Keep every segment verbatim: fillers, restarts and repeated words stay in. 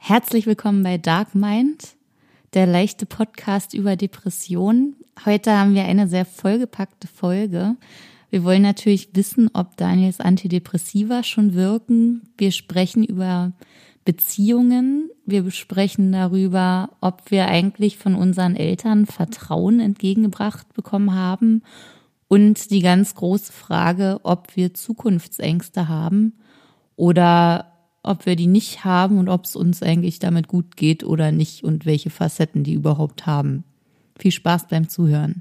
Herzlich willkommen bei Dark Mind, der leichte Podcast über Depressionen. Heute haben wir eine sehr vollgepackte Folge. Wir wollen natürlich wissen, ob Daniels Antidepressiva schon wirken. Wir sprechen über Beziehungen. Wir sprechen darüber, ob wir eigentlich von unseren Eltern Vertrauen entgegengebracht bekommen haben. Und die ganz große Frage, ob wir Zukunftsängste haben oder ob wir die nicht haben und ob es uns eigentlich damit gut geht oder nicht und welche Facetten die überhaupt haben. Viel Spaß beim Zuhören.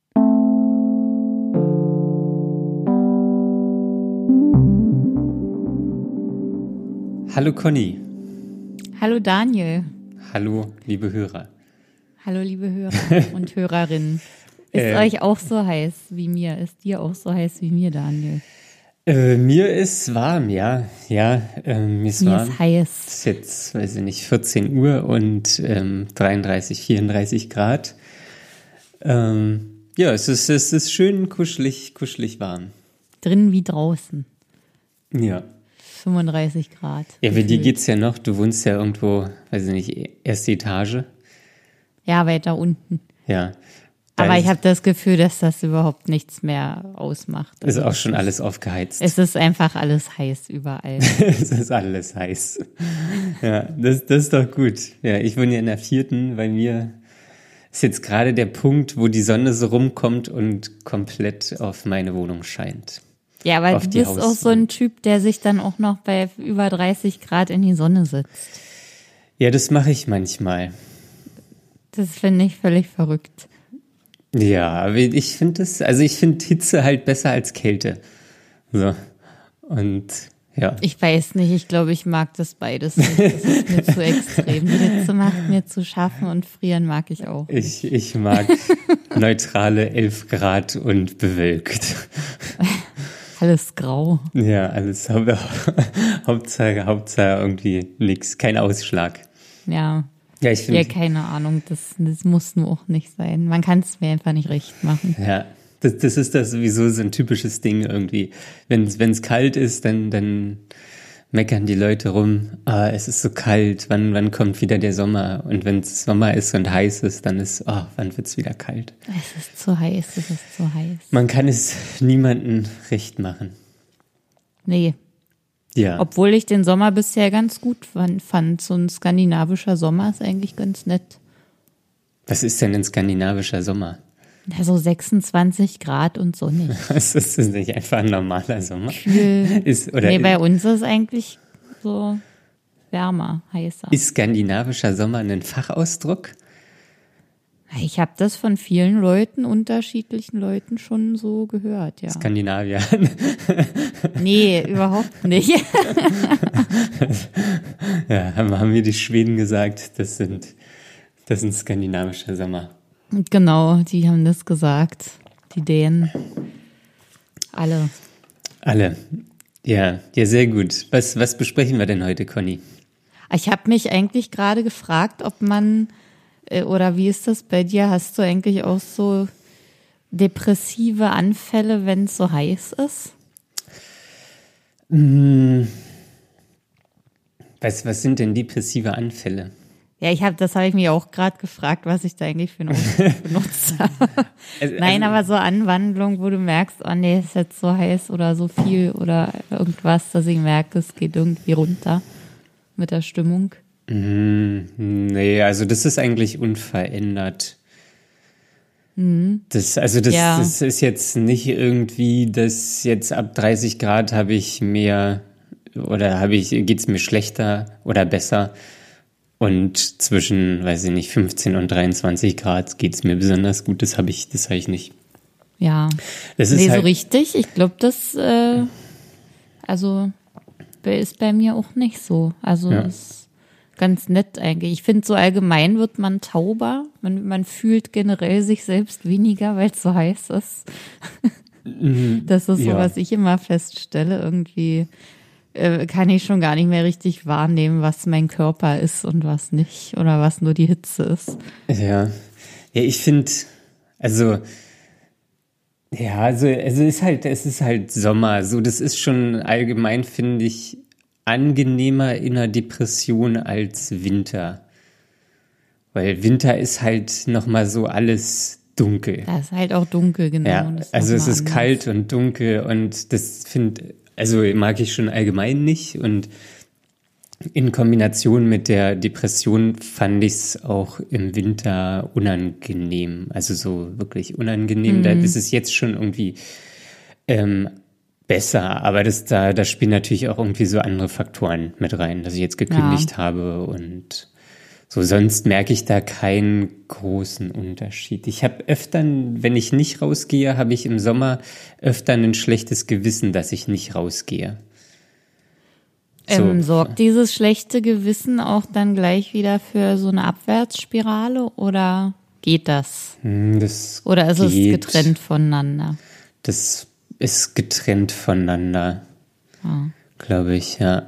Hallo Conny. Hallo Daniel. Hallo liebe Hörer. Hallo liebe Hörer und Hörerinnen. Ist äh, euch auch so heiß wie mir? Ist dir auch so heiß wie mir, Daniel? Äh, mir ist warm, ja. Ja, äh, mir ist mir warm. Ist heiß. Es ist jetzt, weiß ich nicht, vierzehn Uhr und ähm, dreiunddreißig, vierunddreißig Grad. Ähm, ja, es ist, es ist schön kuschelig, kuschelig warm. Drinnen wie draußen. Ja. fünfunddreißig Grad. Ja, für die geht's ja noch. Du wohnst ja irgendwo, weiß ich nicht, erste Etage. Ja, weiter unten. Ja. Aber ich habe das Gefühl, dass das überhaupt nichts mehr ausmacht. Ist auch schon alles aufgeheizt. Es ist einfach alles heiß überall. Es ist alles heiß. Ja, das, das ist doch gut. Ja, ich wohne ja in der vierten. Bei mir ist jetzt gerade der Punkt, wo die Sonne so rumkommt und komplett auf meine Wohnung scheint. Ja, aber du bist auch so ein Typ, der sich dann auch noch bei über dreißig Grad in die Sonne sitzt. Ja, das mache ich manchmal. Das finde ich völlig verrückt. Ja, aber ich finde es, also ich finde Hitze halt besser als Kälte. So. Und ja. Ich weiß nicht, ich glaube, ich mag das beides nicht. Das ist mir zu extrem. Die Hitze macht mir zu schaffen und frieren mag ich auch. Ich, ich mag neutrale elf Grad und bewölkt. Alles grau. Ja, alles Hauptsache, Hauptsache irgendwie nix, kein Ausschlag. Ja. Ja, ich finde. Ja, keine Ahnung, das, das muss nur auch nicht sein. Man kann es mir einfach nicht recht machen. Ja, das, das ist das sowieso so ein typisches Ding irgendwie. Wenn es kalt ist, dann, dann meckern die Leute rum, ah, es ist so kalt, wann, wann kommt wieder der Sommer? Und wenn es Sommer ist und heiß ist, dann ist, oh, wann wird es wieder kalt? Es ist zu heiß, es ist zu heiß. Man kann es niemandem recht machen. Nee. Ja. Obwohl ich den Sommer bisher ganz gut fand. So ein skandinavischer Sommer ist eigentlich ganz nett. Was ist denn ein skandinavischer Sommer? Ja, so sechsundzwanzig Grad und sonnig. Ist das nicht einfach ein normaler Sommer? Kühl. Ist, oder nee, bei uns ist es eigentlich so wärmer, heißer. Ist skandinavischer Sommer ein Fachausdruck? Ich habe das von vielen Leuten, unterschiedlichen Leuten schon so gehört, ja. Skandinavier. Nee, überhaupt nicht. Ja, haben mir die Schweden gesagt, das sind, das sind skandinavischer Sommer. Genau, die haben das gesagt. Die Dänen. Alle. Alle. Ja, ja, sehr gut. Was, was besprechen wir denn heute, Conny? Ich habe mich eigentlich gerade gefragt, ob man, oder wie ist das bei dir? Hast du eigentlich auch so depressive Anfälle, wenn es so heiß ist? Hm. Was, was sind denn depressive Anfälle? Ja, ich habe, das habe ich mir auch gerade gefragt, was ich da eigentlich für einen Ausdruck benutzt habe. Also, Nein, also, aber so Anwandlung, wo du merkst, oh nee, ist jetzt so heiß oder so viel oder irgendwas, dass ich merke, es geht irgendwie runter mit der Stimmung. Mm, nee, also das ist eigentlich unverändert. Mhm. Das, also das, ja. das ist jetzt nicht irgendwie, dass jetzt ab dreißig Grad habe ich mehr oder habe ich, geht's mir schlechter oder besser. Und zwischen, weiß ich nicht, fünfzehn und dreiundzwanzig Grad geht's mir besonders gut. Das habe ich, das habe ich nicht. Ja, das ist nee, halt, so richtig. Ich glaube, das, äh, also ist bei mir auch nicht so. Also ja. Ist ganz nett eigentlich. Ich finde, so allgemein wird man tauber. Man, man fühlt generell sich selbst weniger, weil es so heiß ist. Das ist so, ja. was ich immer feststelle. Irgendwie äh, kann ich schon gar nicht mehr richtig wahrnehmen, was mein Körper ist und was nicht. Oder was nur die Hitze ist. Ja, ja, ich finde, also ja, also es ist halt, es ist halt Sommer. So, das ist schon allgemein, finde ich, angenehmer in einer Depression als Winter. Weil Winter ist halt nochmal so alles dunkel. Das ist halt auch dunkel, genau. Ja, das also es ist anders. kalt und dunkel und das finde, also mag ich schon allgemein nicht und in Kombination mit der Depression fand ich es auch im Winter unangenehm, also so wirklich unangenehm. Mhm. Da ist es jetzt schon irgendwie ähm, besser, aber das da, da spielen natürlich auch irgendwie so andere Faktoren mit rein, dass ich jetzt gekündigt ja. habe und so, sonst merke ich da keinen großen Unterschied. Ich habe öfter, wenn ich nicht rausgehe, habe ich im Sommer öfter ein schlechtes Gewissen, dass ich nicht rausgehe. So. Ähm, sorgt dieses schlechte Gewissen auch dann gleich wieder für so eine Abwärtsspirale oder geht das? Das oder ist geht. es getrennt voneinander? Das ist getrennt voneinander, ah. glaube ich, ja.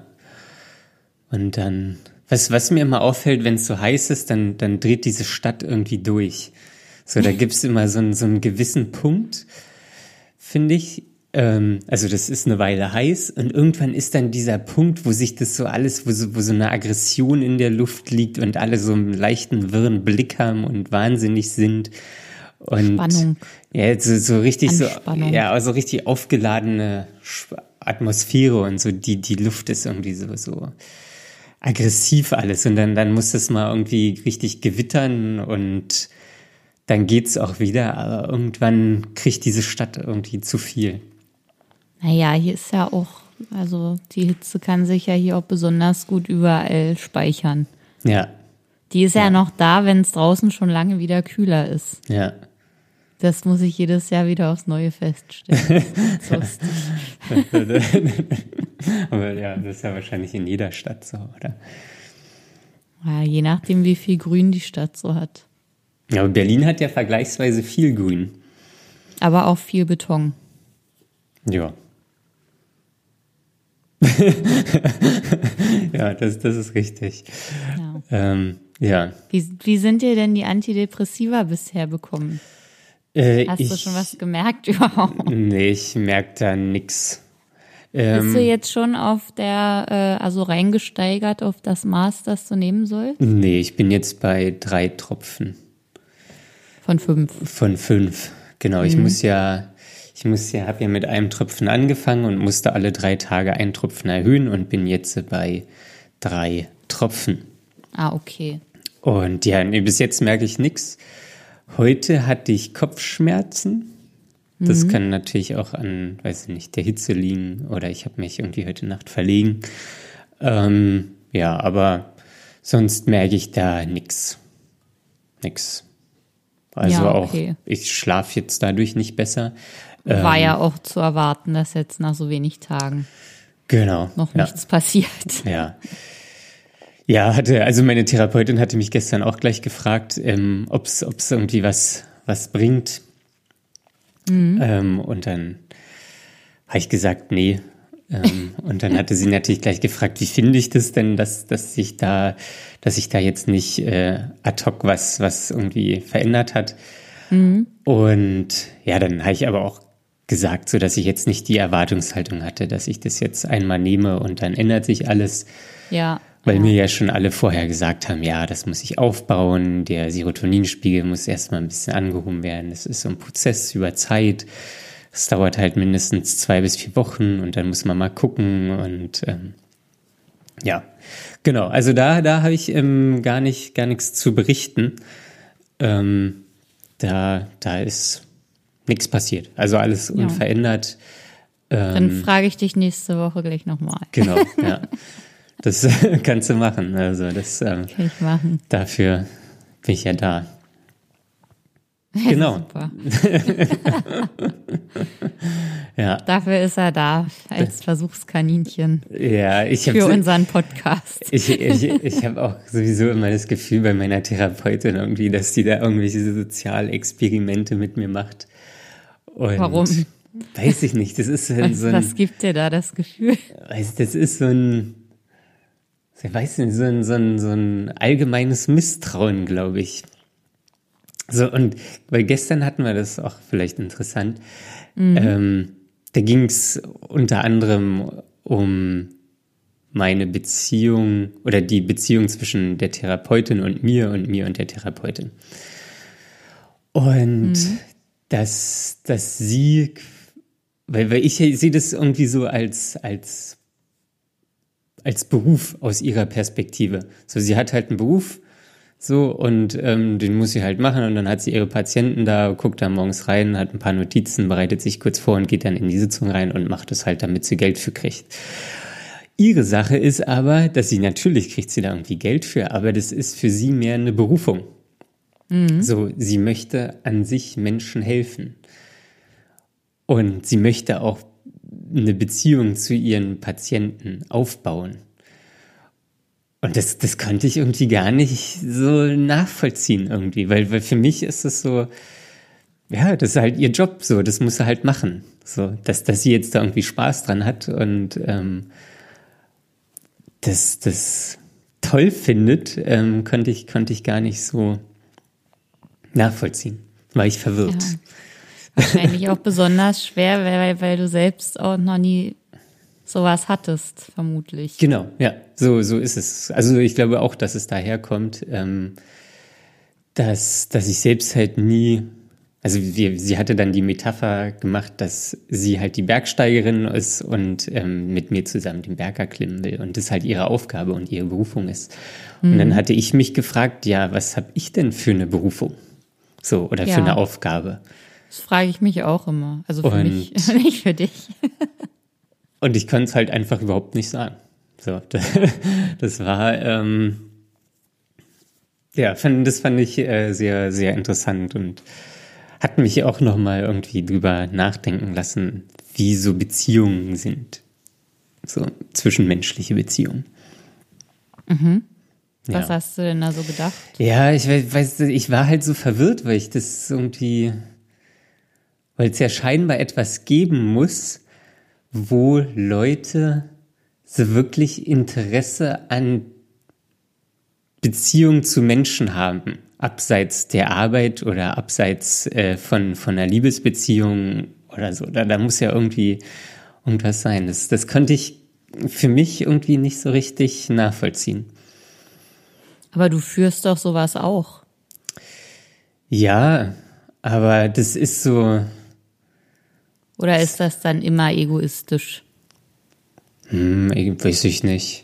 Und dann, was, was mir immer auffällt, wenn es so heiß ist, dann, dann dreht diese Stadt irgendwie durch. So, da gibt's immer so einen, so einen gewissen Punkt, finde ich. Ähm, also das ist eine Weile heiß und irgendwann ist dann dieser Punkt, wo sich das so alles, wo so, wo so eine Aggression in der Luft liegt und alle so einen leichten, wirren Blick haben und wahnsinnig sind. Und Spannung. Ja, so, so richtig so, Anspannung. ja, so richtig aufgeladene Atmosphäre und so, die, die Luft ist irgendwie so, so aggressiv alles und dann, dann muss das mal irgendwie richtig gewittern und dann geht's auch wieder, aber irgendwann kriegt diese Stadt irgendwie zu viel. Naja, hier ist ja auch, also die Hitze kann sich ja hier auch besonders gut überall speichern. Ja. Die ist ja, ja noch da, wenn es draußen schon lange wieder kühler ist. Ja. Das muss ich jedes Jahr wieder aufs Neue feststellen. Das ist lustig. Aber ja, das ist ja wahrscheinlich in jeder Stadt so, oder? Ja, je nachdem, wie viel Grün die Stadt so hat. Ja, aber Berlin hat ja vergleichsweise viel Grün. Aber auch viel Beton. Ja. ja, das, das ist richtig. Ja. Ähm, ja. Wie, wie sind dir denn die Antidepressiva bisher bekommen? Äh, Hast ich, du schon was gemerkt überhaupt? Nee, ich merke da nix. Ähm, Bist du jetzt schon auf der, äh, also reingesteigert auf das Maß, das du nehmen sollst? Nee, ich bin jetzt bei drei Tropfen. Von fünf? Von fünf, genau. Mhm. Ich muss ja, ich muss ja, habe ja mit einem Tropfen angefangen und musste alle drei Tage einen Tropfen erhöhen und bin jetzt bei drei Tropfen. Ah, okay. Und ja, nee, bis jetzt merke ich nichts. Heute hatte ich Kopfschmerzen. Das mhm. kann natürlich auch an, weiß ich nicht, der Hitze liegen oder ich habe mich irgendwie heute Nacht verlegen. Ähm, ja, aber sonst merke ich da nichts. Nix. Also ja, okay. auch, ich schlafe jetzt dadurch nicht besser. War ähm, ja auch zu erwarten, dass jetzt nach so wenig Tagen genau, noch ja. nichts passiert. Ja. Ja, hatte, also meine Therapeutin hatte mich gestern auch gleich gefragt, ähm, ob es irgendwie was, was bringt. Mhm. Ähm, und dann habe ich gesagt, nee. Ähm, und dann hatte sie natürlich gleich gefragt, wie finde ich das denn, dass, dass ich da, dass ich da jetzt nicht äh, ad hoc was, was irgendwie verändert hat. Mhm. Und ja, dann habe ich aber auch gesagt, so dass ich jetzt nicht die Erwartungshaltung hatte, dass ich das jetzt einmal nehme und dann ändert sich alles. Ja. Weil ja. mir ja schon alle vorher gesagt haben, ja, das muss ich aufbauen, der Serotoninspiegel muss erstmal ein bisschen angehoben werden. Das ist so ein Prozess über Zeit. Es dauert halt mindestens zwei bis vier Wochen und dann muss man mal gucken und ähm, ja, genau. Also da, da habe ich ähm, gar nicht, gar nichts zu berichten. Ähm, da, da ist nichts passiert. Also alles ja. unverändert. Ähm, dann frage ich dich nächste Woche gleich nochmal. Genau, ja. Das kannst du machen. Also das ähm, kann ich machen. Dafür bin ich ja da. Ja, genau. Super. ja. Dafür ist er da als Versuchskaninchen. Ja, ich für so, unseren Podcast. Ich, ich, ich habe auch sowieso immer das Gefühl bei meiner Therapeutin irgendwie, dass die da irgendwelche Sozialexperimente mit mir macht. Und warum? Weiß ich nicht. Das ist so ein, was, was gibt dir da das Gefühl? Weiß, das ist so ein Ich weiß nicht, so ein, so ein, so ein allgemeines Misstrauen, glaube ich. So, und weil gestern hatten wir das auch vielleicht interessant. Mhm. Ähm, da ging es unter anderem um meine Beziehung oder die Beziehung zwischen der Therapeutin und mir und mir und der Therapeutin. Und mhm. dass, dass sie, weil, weil ich sehe das irgendwie so als, als, als Beruf aus ihrer Perspektive. So, sie hat halt einen Beruf, so, und ähm, den muss sie halt machen, und dann hat sie ihre Patienten da, guckt da morgens rein, hat ein paar Notizen, bereitet sich kurz vor und geht dann in die Sitzung rein und macht es halt, damit sie Geld für kriegt. Ihre Sache ist aber, dass sie, natürlich kriegt sie da irgendwie Geld für, aber das ist für sie mehr eine Berufung. Mhm. So, sie möchte an sich Menschen helfen. Und sie möchte auch eine Beziehung zu ihren Patienten aufbauen. Und das, das konnte ich irgendwie gar nicht so nachvollziehen irgendwie, weil, weil für mich ist es so, ja, das ist halt ihr Job, so, das muss sie halt machen. So, dass, dass sie jetzt da irgendwie Spaß dran hat und ähm, das, das toll findet, ähm, konnte ich, konnte ich gar nicht so nachvollziehen. War ich verwirrt. Ja. Wahrscheinlich auch besonders schwer, weil, weil du selbst auch noch nie sowas hattest, vermutlich. Genau, ja, so, so ist es. Also ich glaube auch, dass es daher kommt, ähm, dass, dass ich selbst halt nie, also wir, sie hatte dann die Metapher gemacht, dass sie halt die Bergsteigerin ist und ähm, mit mir zusammen den Berg erklimmen will und das halt ihre Aufgabe und ihre Berufung ist. Mhm. Und dann hatte ich mich gefragt, ja, was habe ich denn für eine Berufung? So, oder ja. für eine Aufgabe? Das frage ich mich auch immer. Also für und, mich, nicht für dich. Und ich konnte es halt einfach überhaupt nicht sagen. So, das, das war, ähm, ja, fand, das fand ich äh, sehr, sehr interessant und hat mich auch nochmal irgendwie drüber nachdenken lassen, wie so Beziehungen sind. So zwischenmenschliche Beziehungen. Mhm. Was ja. hast du denn da so gedacht? Ja, ich weiß, ich war halt so verwirrt, weil ich das irgendwie, weil es ja scheinbar etwas geben muss, wo Leute so wirklich Interesse an Beziehungen zu Menschen haben, abseits der Arbeit oder abseits äh, von, von einer Liebesbeziehung oder so. Da, da muss ja irgendwie irgendwas sein. Das, das konnte ich für mich irgendwie nicht so richtig nachvollziehen. Aber du führst doch sowas auch. Ja, aber das ist so... Oder ist das dann immer egoistisch? Hm, weiß ich nicht.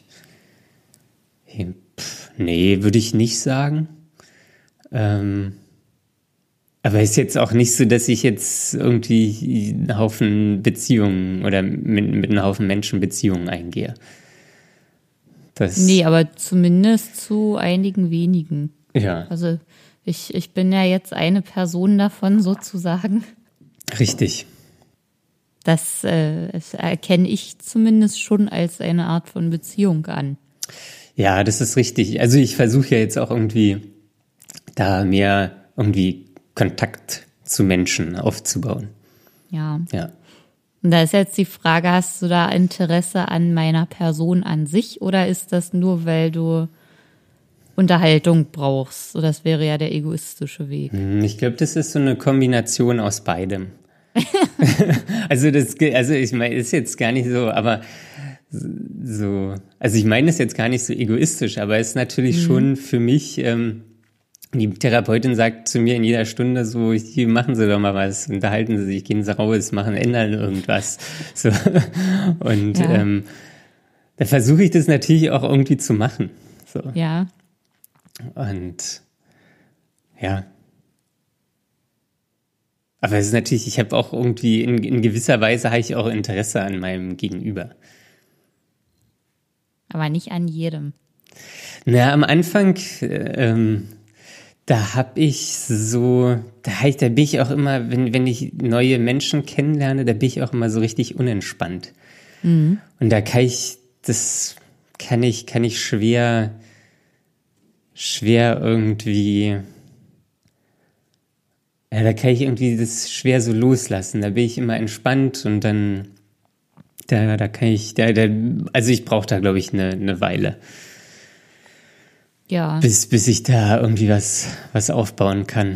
Pff, nee, würde ich nicht sagen. Ähm, aber es ist jetzt auch nicht so, dass ich jetzt irgendwie einen Haufen Beziehungen oder mit, mit einem Haufen Menschen Beziehungen eingehe. Das, nee, aber zumindest zu einigen wenigen. Ja. Also ich, ich bin ja jetzt eine Person davon sozusagen. Richtig. Das, äh, das erkenne ich zumindest schon als eine Art von Beziehung an. Ja, das ist richtig. Also ich versuche ja jetzt auch irgendwie da mehr irgendwie Kontakt zu Menschen aufzubauen. Ja. Ja. Und da ist jetzt die Frage, hast du da Interesse an meiner Person an sich oder ist das nur, weil du Unterhaltung brauchst? So, das wäre ja der egoistische Weg. Ich glaube, das ist so eine Kombination aus beidem. also das, also ich meine, ist jetzt gar nicht so, aber so, also ich meine es jetzt gar nicht so egoistisch, aber es ist natürlich mhm. schon für mich, ähm, die Therapeutin sagt zu mir in jeder Stunde so, hier, machen Sie doch mal was, unterhalten Sie sich, gehen Sie raus, machen, ändern irgendwas. So. Und ja. ähm, da versuche ich das natürlich auch irgendwie zu machen. So. Ja. Und ja. Aber es ist natürlich, ich habe auch irgendwie, in, in gewisser Weise habe ich auch Interesse an meinem Gegenüber. Aber nicht an jedem. Na, am Anfang, ähm, da habe ich so, da, hab ich, da bin ich auch immer, wenn, wenn ich neue Menschen kennenlerne, da bin ich auch immer so richtig unentspannt. Mhm. Und da kann ich, das kann ich, kann ich schwer, schwer irgendwie, ja, da kann ich irgendwie das schwer so loslassen. Da bin ich immer entspannt und dann, da, da kann ich, da, da, also ich brauche da, glaube ich, eine, eine Weile. Ja. Bis, bis ich da irgendwie was, was aufbauen kann.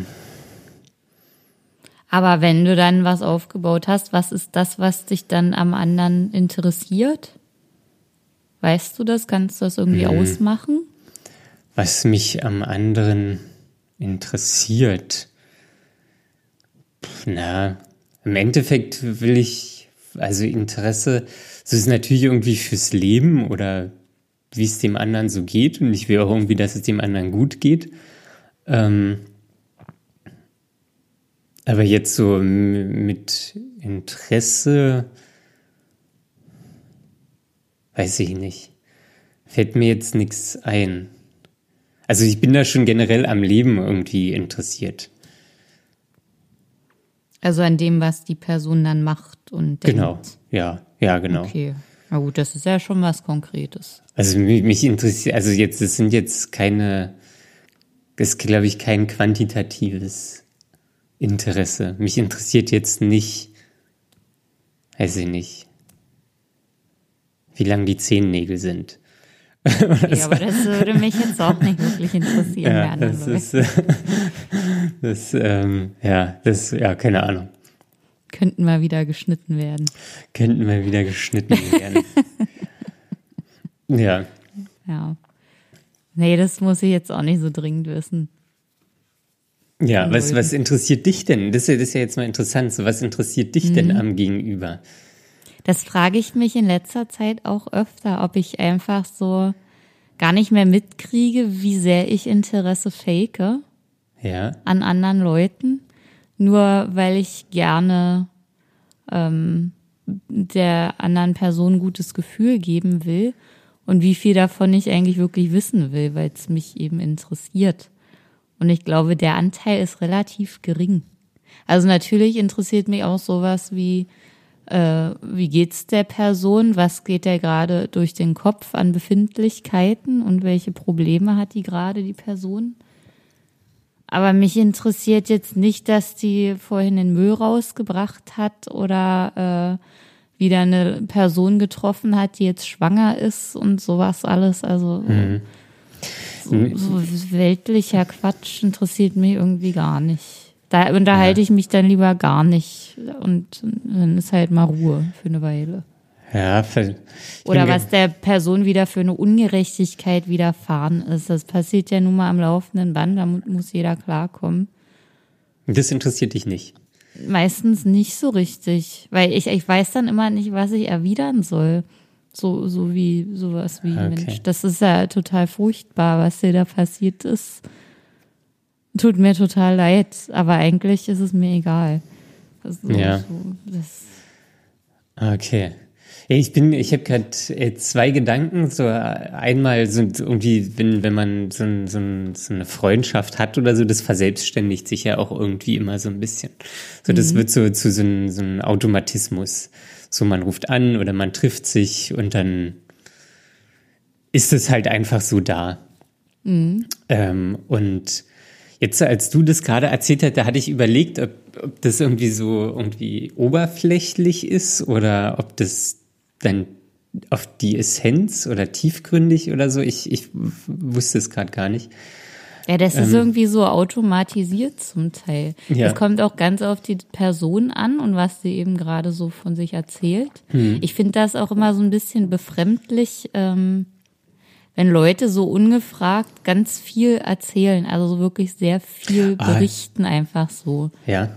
Aber wenn du dann was aufgebaut hast, was ist das, was dich dann am anderen interessiert? Weißt du das? Kannst du das irgendwie Hm. ausmachen? Was mich am anderen interessiert. Pff, na, im Endeffekt will ich, also Interesse, das ist natürlich irgendwie fürs Leben oder wie es dem anderen so geht. Und ich will auch irgendwie, dass es dem anderen gut geht. Ähm, aber jetzt so m- mit Interesse, weiß ich nicht. Fällt mir jetzt nichts ein. Also ich bin da schon generell am Leben irgendwie interessiert. Also an dem, was die Person dann macht und denkt. Genau, ja, ja, genau. Okay. Na gut, das ist ja schon was Konkretes. Also mich, mich interessiert, also jetzt, es sind jetzt keine, das ist, glaube ich, kein quantitatives Interesse. Mich interessiert jetzt nicht, weiß ich nicht, wie lang die Zehennägel sind. Ja, aber das würde mich jetzt auch nicht wirklich interessieren, Ja, wer andere das Leute. ist, äh, das, ähm, ja, das, ja, keine Ahnung. Könnten mal wieder geschnitten werden. Könnten wir wieder geschnitten werden. Ja, Ja. Nee, das muss ich jetzt auch nicht so dringend wissen. ja, was, was interessiert dich denn? Das ist ja, das ist ja jetzt mal interessant. So, was interessiert dich denn am Gegenüber? Das frage ich mich in letzter Zeit auch öfter, ob ich einfach so gar nicht mehr mitkriege, wie sehr ich Interesse fake Ja, an anderen Leuten, nur weil ich gerne ähm, der anderen Person ein gutes Gefühl geben will und wie viel davon ich eigentlich wirklich wissen will, weil es mich eben interessiert. Und ich glaube, der Anteil ist relativ gering. Also natürlich interessiert mich auch sowas wie, äh, wie geht's der Person, was geht der gerade durch den Kopf an Befindlichkeiten und welche Probleme hat die gerade, die Person. Aber mich interessiert jetzt nicht, dass die vorhin den Müll rausgebracht hat oder äh, wieder eine Person getroffen hat, die jetzt schwanger ist und sowas alles. Also mhm. so, so weltlicher Quatsch interessiert mich irgendwie gar nicht. Da unterhalte Ja. ich mich dann lieber gar nicht und dann ist halt mal Ruhe für eine Weile. ja. ver- ich Oder bin ge- was der Person wieder für eine Ungerechtigkeit widerfahren ist. Das passiert ja nun mal am laufenden Band, da mu- muss jeder klarkommen. Das interessiert dich nicht. Meistens nicht so richtig, weil ich, ich weiß dann immer nicht, was ich erwidern soll. So, so wie, sowas wie, Okay. Mensch, das ist ja total furchtbar, was dir da passiert ist. Tut mir total leid, aber eigentlich ist es mir egal. Also, Ja. so, das, Okay. Ja, ich bin, ich habe gerade äh, zwei Gedanken. So äh, einmal sind irgendwie, wenn wenn man so, ein, so, ein, so eine Freundschaft hat oder so, das verselbstständigt sich ja auch irgendwie immer so ein bisschen. So, das wird so zu so einem so einem Automatismus. So, man ruft an oder man trifft sich und dann ist es halt einfach so da. Ähm, und jetzt, als du das gerade erzählt hast, da hatte ich überlegt, ob, ob das irgendwie so irgendwie oberflächlich ist oder ob das dann auf die Essenz oder tiefgründig oder so. Ich, ich w- wusste es gerade gar nicht. ja, das ist irgendwie so automatisiert zum Teil. Ja. Das kommt auch ganz auf die Person an und was sie eben gerade so von sich erzählt. Ich finde das auch immer so ein bisschen befremdlich, ähm, wenn Leute so ungefragt ganz viel erzählen, also so wirklich sehr viel Ah. berichten einfach so. Ja,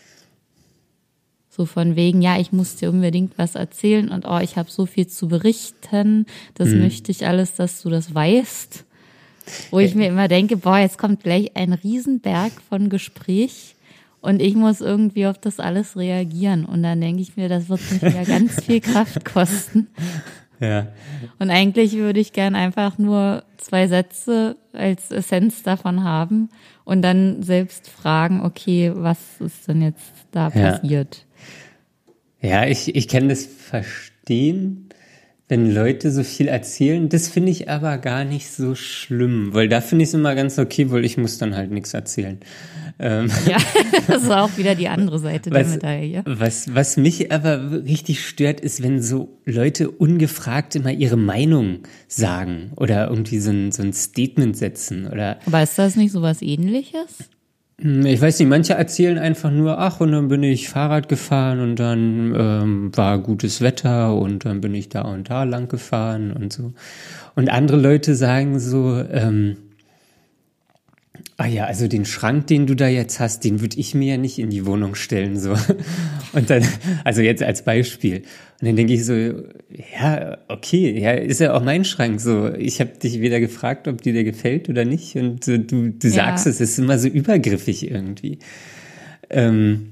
So von wegen, ja, ich muss dir unbedingt was erzählen und oh, ich habe so viel zu berichten, das möchte ich alles, dass du das weißt. Wo ich mir immer denke, boah, jetzt kommt gleich ein Riesenberg von Gespräch und ich muss irgendwie auf das alles reagieren. Und dann denke ich mir, das wird mich wieder ganz viel Kraft kosten. ja, Und eigentlich würde ich gern einfach nur zwei Sätze als Essenz davon haben und dann selbst fragen, okay, was ist denn jetzt da Ja. passiert? ja. Ich, ich kann das verstehen, wenn Leute so viel erzählen. Das finde ich aber gar nicht so schlimm, weil da finde ich es immer ganz okay, weil ich muss dann halt nichts erzählen. Ähm, Ja, das ist auch wieder die andere Seite der Was, Medaille. was, was mich aber richtig stört, ist, wenn so Leute ungefragt immer ihre Meinung sagen oder irgendwie so ein, so ein Statement setzen oder Aber ist das nicht sowas Ähnliches? Ich weiß nicht, manche erzählen einfach nur, ach, und dann bin ich Fahrrad gefahren und dann ähm, war gutes Wetter und dann bin ich da und da lang gefahren und so. Und andere Leute sagen so, ähm, ah ja, also den Schrank, den du da jetzt hast, den würde ich mir ja nicht in die Wohnung stellen, so. Und dann, also jetzt als Beispiel. Und dann denke ich so, ja, okay, ja, ist ja auch mein Schrank, so. Ich habe dich wieder gefragt, ob dir der gefällt oder nicht. Und äh, du, du sagst Ja. es, es ist immer so übergriffig irgendwie. Ähm,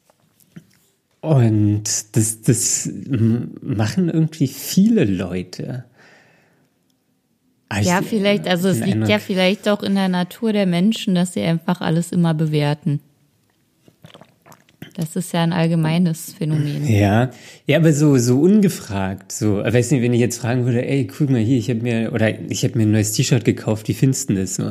und das, das machen irgendwie viele Leute. Aber Ja, ich, vielleicht, also es den liegt Eindruck- ja vielleicht auch in der Natur der Menschen, dass sie einfach alles immer bewerten. Das ist ja ein allgemeines Phänomen. Ja, ja, aber so so ungefragt, so, ich weiß nicht, wenn ich jetzt fragen würde, ey, guck mal hier, ich habe mir oder ich habe mir ein neues T-Shirt gekauft, wie findest du das so?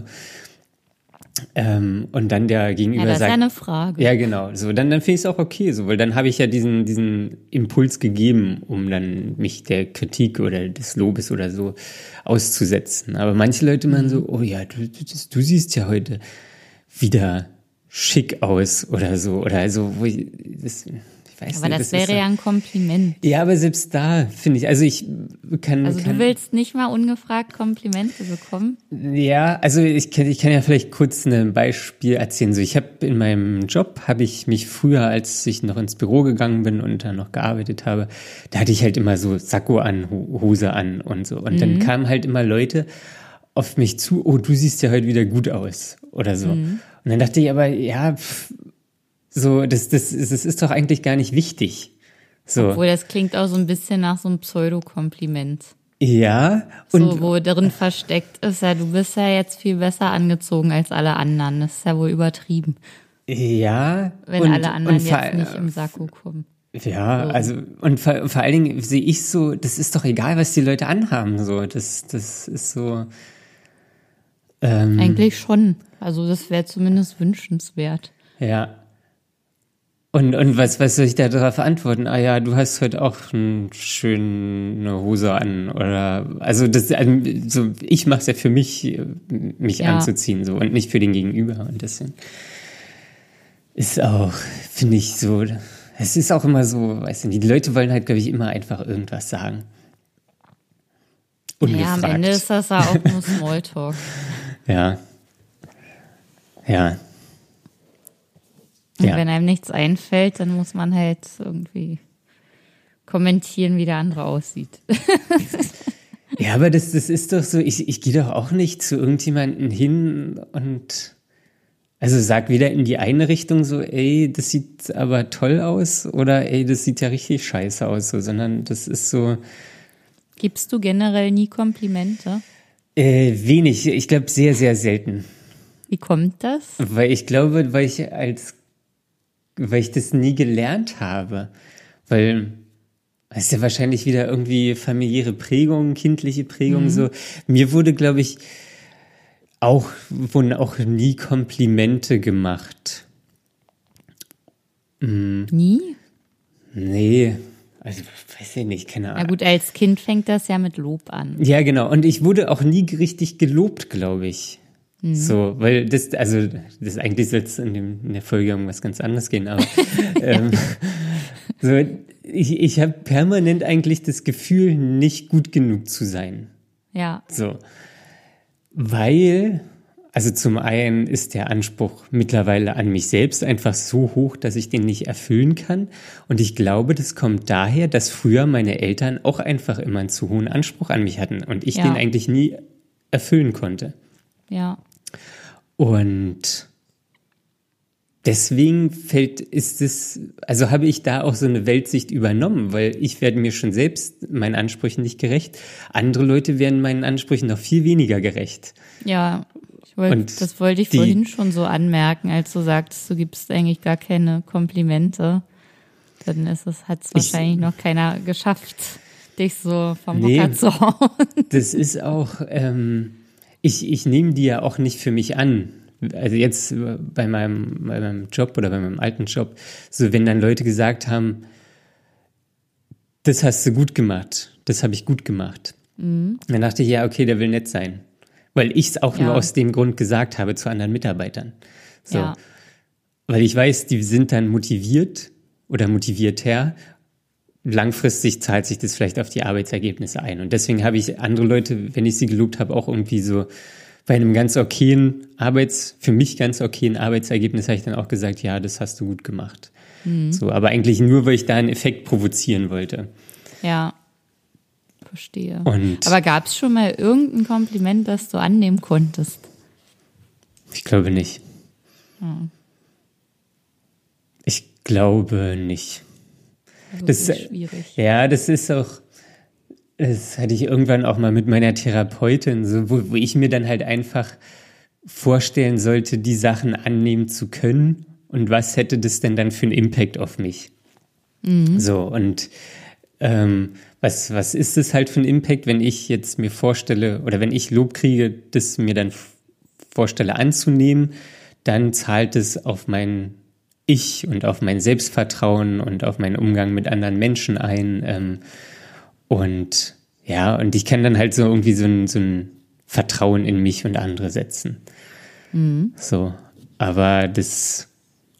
Ähm, und dann der Ja, Gegenüber das ist sagt, ja eine Frage. ja genau, so dann dann finde ich es auch okay, so, weil dann habe ich ja diesen diesen Impuls gegeben, um dann mich der Kritik oder des Lobes oder so auszusetzen. Aber manche Leute meinen so, oh ja, du, du, das- du siehst ja heute wieder schick aus oder so oder also wo ich das, ich weiß Aber nicht, das ist wäre so, ja ein Kompliment. ja, aber selbst da finde ich, also ich kann, Also kann du willst nicht mal ungefragt Komplimente bekommen? ja, also ich kann, ich kann ja vielleicht kurz ein Beispiel erzählen. So, ich habe in meinem Job habe ich mich früher, als ich noch ins Büro gegangen bin und da noch gearbeitet habe, da hatte ich halt immer so Sakko an, Ho- Hose an und so. Und Mhm. dann kamen halt immer Leute auf mich zu, oh, du siehst ja heute wieder gut aus oder so. Mhm. Und dann dachte ich aber, ja, pff, so, das, das, das ist doch eigentlich gar nicht wichtig. So, Obwohl das klingt auch so ein bisschen nach so einem Pseudo-Kompliment. ja, und So, wo darin versteckt ist, ja, du bist ja jetzt viel besser angezogen als alle anderen. Das ist ja wohl übertrieben, ja, wenn und, alle anderen und vor- jetzt nicht im Sakko kommen. Ja, also und vor, vor allen Dingen sehe ich so, das ist doch egal, was die Leute anhaben, so, das, das ist so. Ähm, Eigentlich schon. Also das wäre zumindest wünschenswert. ja. Und und was was soll ich da darauf antworten? Ah ja, du hast heute auch eine schöne Hose an oder also das also, so ich mache es ja für mich, mich Ja. anzuziehen so und nicht für den Gegenüber und deswegen ist auch, finde ich so. Es ist auch immer so, weißt du, die Leute wollen halt, glaube ich, immer einfach irgendwas sagen. Ja, Ungefragt. am Ende ist das ja auch nur Smalltalk. Ja. Ja. Und Ja. wenn einem nichts einfällt, dann muss man halt irgendwie kommentieren, wie der andere aussieht. Ja, aber das, das ist doch so, ich, ich gehe doch auch nicht zu irgendjemandem hin und also sag wieder in die eine Richtung so, ey, das sieht aber toll aus oder ey, das sieht ja richtig scheiße aus, so, sondern das ist so Gibst du generell nie Komplimente? äh, wenig, ich glaube sehr, sehr selten. Wie kommt das? Weil ich glaube, weil ich als, weil ich das nie gelernt habe. Weil es ist ja wahrscheinlich wieder irgendwie familiäre Prägung, kindliche Prägung, Mhm. so. Mir wurde, glaube ich, auch, wurden auch nie Komplimente gemacht. Nie? Nee, also weiß ich nicht, keine Na Ahnung. gut, als Kind fängt das ja mit Lob an. Ja, genau. Und ich wurde auch nie richtig gelobt, glaube ich. So, weil das, also, das eigentlich soll es in, dem- in der Folge um was ganz anderes gehen, aber ähm, so, ich, ich habe permanent eigentlich das Gefühl, nicht gut genug zu sein. Ja, So, weil, also zum einen ist der Anspruch mittlerweile an mich selbst einfach so hoch, dass ich den nicht erfüllen kann. Und ich glaube, das kommt daher, dass früher meine Eltern auch einfach immer einen zu hohen Anspruch an mich hatten und ich Ja. den eigentlich nie erfüllen konnte. ja. Und deswegen fällt, ist es, also habe ich da auch so eine Weltsicht übernommen, weil ich werde mir schon selbst meinen Ansprüchen nicht gerecht. Andere Leute werden meinen Ansprüchen noch viel weniger gerecht. Ja, ich wollt, Und das wollte ich die- vorhin schon so anmerken, als du sagtest, du gibst eigentlich gar keine Komplimente. Dann ist es, hat es Ich- wahrscheinlich noch keiner geschafft, dich so vom Nee. Hocker zu hauen. Das ist auch, ähm, ich, ich nehme die ja auch nicht für mich an. Also jetzt bei meinem, bei meinem Job oder bei meinem alten Job, so wenn dann Leute gesagt haben, das hast du gut gemacht, das habe ich gut gemacht. Dann dachte ich, ja, okay, der will nett sein. Weil ich es auch Ja. nur aus dem Grund gesagt habe zu anderen Mitarbeitern. So. Ja. weil ich weiß, die sind dann motiviert oder motivierter. Langfristig zahlt sich das vielleicht auf die Arbeitsergebnisse ein. Und deswegen habe ich andere Leute, wenn ich sie gelobt habe, auch irgendwie so bei einem ganz okayen Arbeits, für mich ganz okayen Arbeitsergebnis habe ich dann auch gesagt, ja, das hast du gut gemacht. Mhm. So, aber eigentlich nur, weil ich da einen Effekt provozieren wollte. Ja, verstehe. Und aber gab es schon mal irgendein Kompliment, das du annehmen konntest? Ich glaube nicht. Hm. Ich glaube nicht. Also das ist schwierig. Ja, das ist auch, das hatte ich irgendwann auch mal mit meiner Therapeutin, so, wo, wo ich mir dann halt einfach vorstellen sollte, die Sachen annehmen zu können und was hätte das denn dann für einen Impact auf mich? Mhm. So, und ähm, was, was ist das halt für ein Impact, wenn ich jetzt mir vorstelle, oder wenn ich Lob kriege, das mir dann vorstelle anzunehmen, dann zahlt es auf mein Ich und auf mein Selbstvertrauen und auf meinen Umgang mit anderen Menschen ein. Ähm, und ja, und ich kann dann halt so irgendwie so ein, so ein Vertrauen in mich und andere setzen. Mhm. So, aber das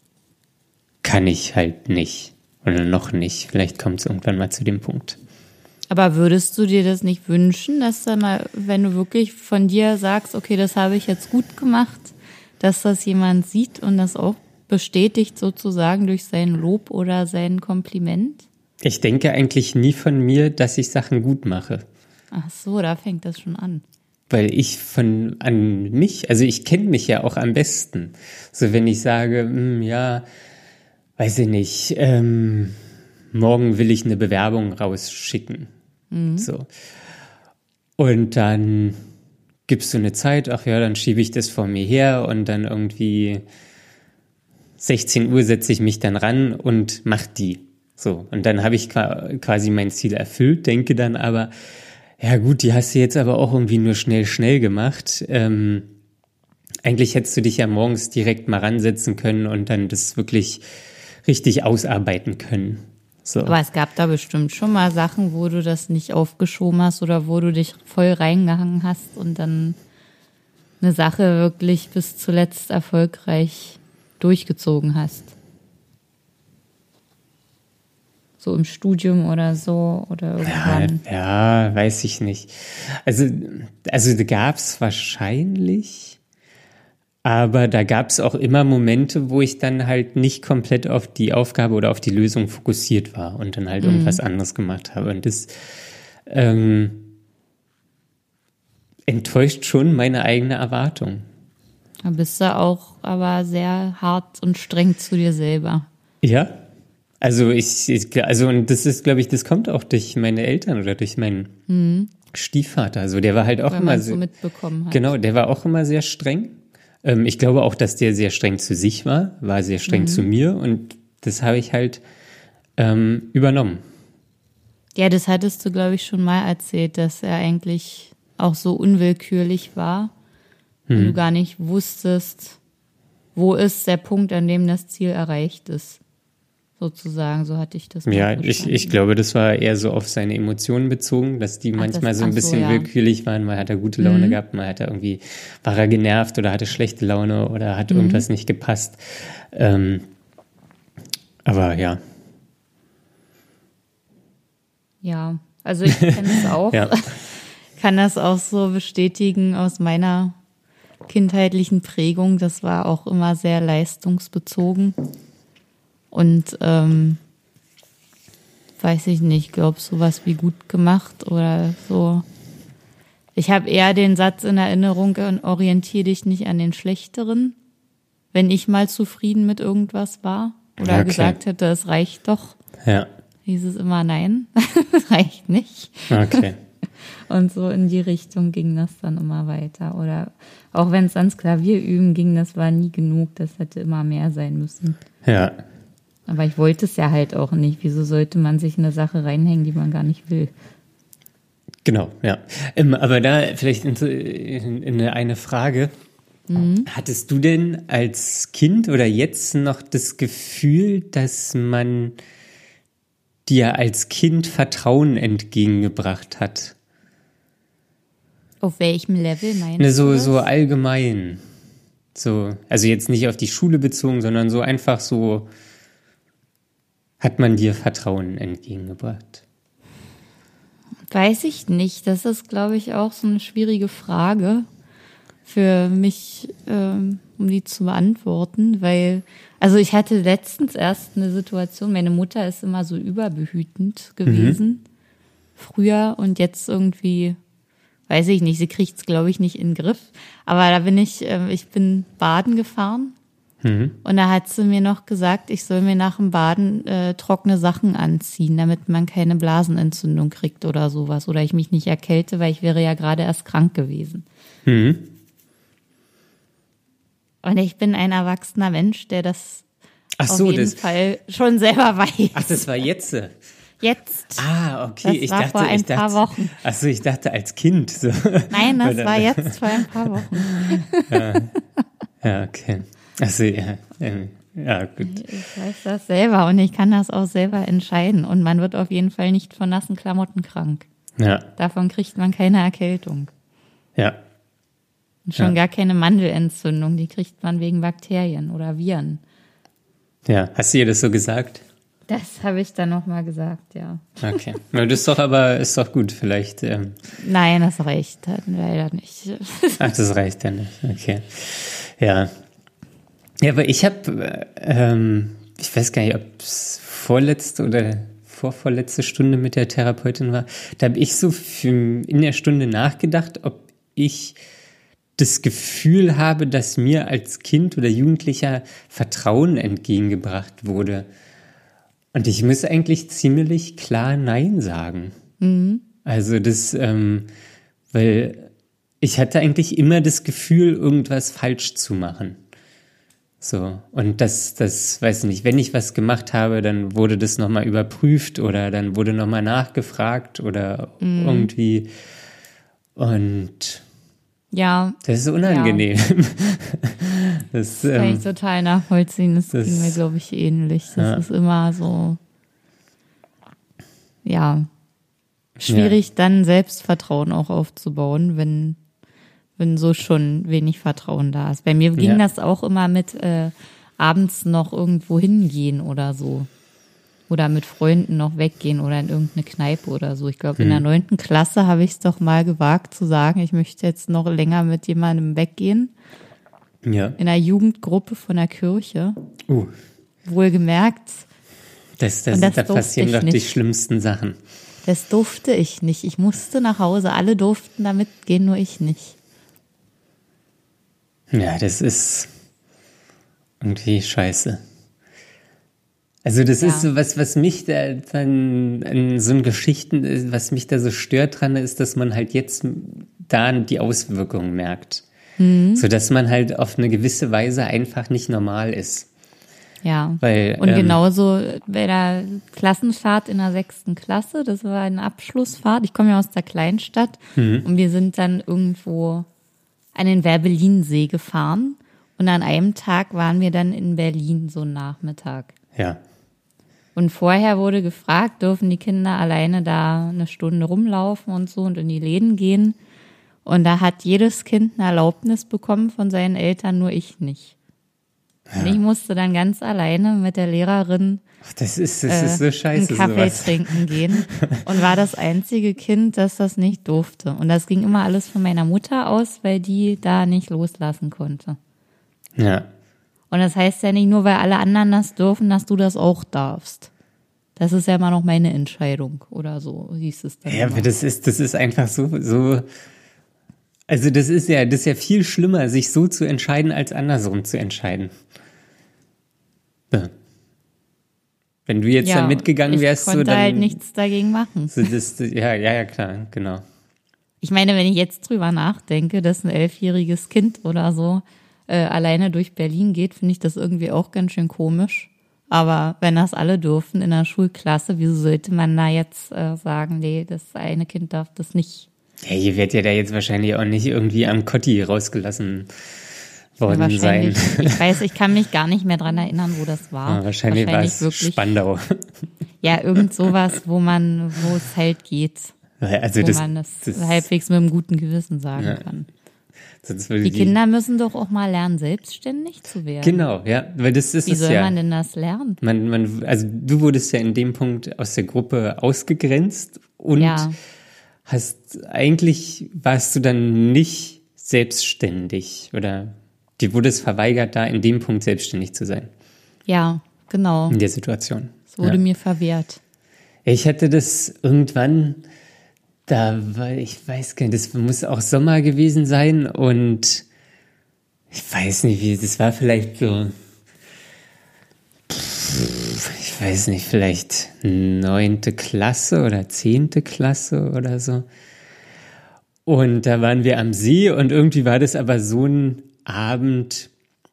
kann ich halt nicht. Oder noch nicht. Vielleicht kommt es irgendwann mal zu dem Punkt. Aber würdest du dir das nicht wünschen, dass da mal, wenn du wirklich von dir sagst, okay, das habe ich jetzt gut gemacht, dass das jemand sieht und das auch bestätigt sozusagen durch sein Lob oder sein Kompliment? Ich denke eigentlich nie von mir, dass ich Sachen gut mache. Ach so, da fängt das schon an. Weil ich von an mich, also ich kenne mich ja auch am besten. So wenn ich sage, mh, ja, weiß ich nicht, ähm, morgen will ich eine Bewerbung rausschicken. Mhm. So. Und dann gibst du eine Zeit, ach ja, dann schiebe ich das vor mir her und dann irgendwie sechzehn Uhr setze ich mich dann ran und mach die. So. Und dann habe ich quasi mein Ziel erfüllt, denke dann aber, ja gut, die hast du jetzt aber auch irgendwie nur schnell, schnell gemacht. Ähm, eigentlich hättest du dich ja morgens direkt mal ransetzen können und dann das wirklich richtig ausarbeiten können. So. Aber es gab da bestimmt schon mal Sachen, wo du das nicht aufgeschoben hast oder wo du dich voll reingehangen hast und dann eine Sache wirklich bis zuletzt erfolgreich durchgezogen hast. So im Studium oder so oder irgendwann. Ja, ja, weiß ich nicht. Also, also da gab es wahrscheinlich, aber da gab es auch immer Momente, wo ich dann halt nicht komplett auf die Aufgabe oder auf die Lösung fokussiert war und dann halt mhm. irgendwas anderes gemacht habe. Und das ähm, enttäuscht schon meine eigene Erwartung. Da bist du auch aber sehr hart und streng zu dir selber. Ja, also ich, ich also und das ist, glaube ich, das kommt auch durch meine Eltern oder durch meinen mhm. Stiefvater. Also der war halt auch Weil immer man so mitbekommen hat. Genau, der war auch immer sehr streng. Ähm, ich glaube auch, dass der sehr streng zu sich war, war sehr streng mhm. zu mir und das habe ich halt ähm, übernommen. Ja, das hattest du, glaube ich, schon mal erzählt, dass er eigentlich auch so unwillkürlich war hm. und du gar nicht wusstest, wo ist der Punkt, an dem das Ziel erreicht ist. Sozusagen, so hatte ich das mal Ja, ich, ich glaube, das war eher so auf seine Emotionen bezogen, dass die ach, manchmal das, so ein bisschen so, ja. willkürlich waren. Mal hat er gute Laune mhm. gehabt, mal hat er irgendwie, war er genervt oder hatte schlechte Laune oder hat mhm. irgendwas nicht gepasst. Ähm, aber ja. Ja, also ich kenne es auch. ja. Kann das auch so bestätigen aus meiner kindheitlichen Prägung. Das war auch immer sehr leistungsbezogen. Und ähm, weiß ich nicht, glaube sowas wie gut gemacht oder so. Ich habe eher den Satz in Erinnerung, orientiere dich nicht an den Schlechteren, wenn ich mal zufrieden mit irgendwas war oder okay. gesagt hätte, es reicht doch. Ja. Hieß es immer, nein, reicht nicht. Okay. Und so in die Richtung ging das dann immer weiter. Oder auch wenn es ans Klavierüben ging, das war nie genug, das hätte immer mehr sein müssen. Ja. Aber ich wollte es ja halt auch nicht. Wieso sollte man sich in eine Sache reinhängen, die man gar nicht will? Genau, ja. Ähm, aber da vielleicht in, in, in eine Frage. Mhm. Hattest du denn als Kind oder jetzt noch das Gefühl, dass man dir als Kind Vertrauen entgegengebracht hat? Auf welchem Level meinst ne, so, du das? So allgemein. So, also jetzt nicht auf die Schule bezogen, sondern so einfach so, hat man dir Vertrauen entgegengebracht? Weiß ich nicht. Das ist, glaube ich, auch so eine schwierige Frage für mich, ähm, um die zu beantworten, weil, also ich hatte letztens erst eine Situation, meine Mutter ist immer so überbehütend gewesen, mhm. früher, und jetzt irgendwie, weiß ich nicht, sie kriegt es, glaube ich, nicht in den Griff, aber da bin ich, äh, ich bin baden gefahren. Mhm. Und da hat sie mir noch gesagt, ich soll mir nach dem Baden äh, trockene Sachen anziehen, damit man keine Blasenentzündung kriegt oder sowas. Oder ich mich nicht erkälte, weil ich wäre ja gerade erst krank gewesen. Mhm. Und ich bin ein erwachsener Mensch, der das Ach so, auf jeden das, Fall schon selber weiß. Ach, das war jetzt? Jetzt. Ah, okay. Das ich war dachte, vor ein ich dachte, paar Wochen. Ach so, ich dachte als Kind. So. Nein, das war jetzt vor ein paar Wochen. Ja, ja okay. Also ja, ja, gut. Ich weiß das selber und ich kann das auch selber entscheiden. Und man wird auf jeden Fall nicht von nassen Klamotten krank. Ja. Davon kriegt man keine Erkältung. Ja. Und schon ja. gar keine Mandelentzündung, die kriegt man wegen Bakterien oder Viren. Ja, hast du ihr das so gesagt? Das habe ich dann nochmal gesagt, ja. Okay. Das ist doch aber, ist doch gut, vielleicht. Ähm. Nein, das reicht dann leider nicht. Ach, das reicht dann nicht, okay. Ja. Ja, aber ich habe, ähm, ich weiß gar nicht, ob es vorletzte oder vorvorletzte Stunde mit der Therapeutin war, da habe ich so für, in der Stunde nachgedacht, ob ich das Gefühl habe, dass mir als Kind oder Jugendlicher Vertrauen entgegengebracht wurde. Und ich muss eigentlich ziemlich klar Nein sagen. Mhm. Also das, ähm, weil ich hatte eigentlich immer das Gefühl, irgendwas falsch zu machen. So, und das, das, weiß ich nicht, wenn ich was gemacht habe, dann wurde das nochmal überprüft oder dann wurde nochmal nachgefragt oder mm. irgendwie. Und ja, das ist unangenehm. Ja. Das, das kann ähm, ich total nachvollziehen. Das, das ging mir, glaube ich, ähnlich. Das ja. ist immer so, ja, schwierig, ja. dann Selbstvertrauen auch aufzubauen, wenn wenn so schon wenig Vertrauen da ist. Bei mir ging ja. das auch immer mit äh, abends noch irgendwo hingehen oder so. Oder mit Freunden noch weggehen oder in irgendeine Kneipe oder so. Ich glaube, hm. in der neunten Klasse habe ich es doch mal gewagt zu sagen, ich möchte jetzt noch länger mit jemandem weggehen. Ja. In einer Jugendgruppe von der Kirche. Uh. Wohlgemerkt. Das, das, das da passieren doch nicht. Die schlimmsten Sachen. Das durfte ich nicht. Ich musste nach Hause. Alle durften da mitgehen, nur ich nicht. Ja, das ist irgendwie scheiße. Also das ja. ist so was, was mich da dann in so Geschichten, was mich da so stört dran, ist, dass man halt jetzt da die Auswirkungen merkt. Mhm. So dass man halt auf eine gewisse Weise einfach nicht normal ist. Ja, Weil, und ähm, genauso bei der Klassenfahrt in der sechsten Klasse, das war eine Abschlussfahrt. Ich komme ja aus der Kleinstadt mhm. und wir sind dann irgendwo an den Werbellinsee gefahren und an einem Tag waren wir dann in Berlin, so Nachmittag. Ja. Und vorher wurde gefragt, dürfen die Kinder alleine da eine Stunde rumlaufen und so und in die Läden gehen. Und da hat jedes Kind eine Erlaubnis bekommen von seinen Eltern, nur ich nicht. Ja. Und ich musste dann ganz alleine mit der Lehrerin Ach, das ist, das äh, ist so scheiße, einen Kaffee sowas. trinken gehen und war das einzige Kind, das das nicht durfte. Und das ging immer alles von meiner Mutter aus, weil die da nicht loslassen konnte. Ja. Und das heißt ja nicht nur, weil alle anderen das dürfen, dass du das auch darfst. Das ist ja immer noch meine Entscheidung oder so hieß es dann. Ja, immer. aber das ist, das ist einfach so, so, also das ist ja, das ist ja viel schlimmer, sich so zu entscheiden, als andersrum zu entscheiden. Ja. Wenn du jetzt ja, da mitgegangen wärst, ich konnte so dann halt nichts dagegen machen. So das, ja, ja, ja, klar, genau. Ich meine, wenn ich jetzt drüber nachdenke, dass ein elfjähriges Kind oder so äh, alleine durch Berlin geht, finde ich das irgendwie auch ganz schön komisch. Aber wenn das alle dürfen in der Schulklasse, wieso sollte man da jetzt äh, sagen, nee, das eine Kind darf das nicht? Ja, hier wird ja da jetzt wahrscheinlich auch nicht irgendwie am Kotti rausgelassen worden ja, sein. Ich weiß, ich kann mich gar nicht mehr dran erinnern, wo das war. Ja, wahrscheinlich, wahrscheinlich war es Spandau. Ja, irgend sowas, wo man, wo es halt geht. Also wo das, man das, das halbwegs mit einem guten Gewissen sagen ja. kann. Sonst würde die Kinder müssen doch auch mal lernen, selbstständig zu werden. Genau, ja, weil das ist Wie es soll ja. man denn das lernen? Man, man, also du wurdest ja in dem Punkt aus der Gruppe ausgegrenzt und Ja. hast eigentlich warst du dann nicht selbstständig oder dir wurde es verweigert, da in dem Punkt selbstständig zu sein. Ja, genau. In der Situation. Es wurde ja. mir verwehrt. Ich hatte das irgendwann, da war, ich weiß gar nicht, das muss auch Sommer gewesen sein und ich weiß nicht, wie, das war vielleicht so, ich weiß nicht, vielleicht neunte Klasse oder zehnte Klasse oder so. Und da waren wir am See und irgendwie war das aber so ein Abend,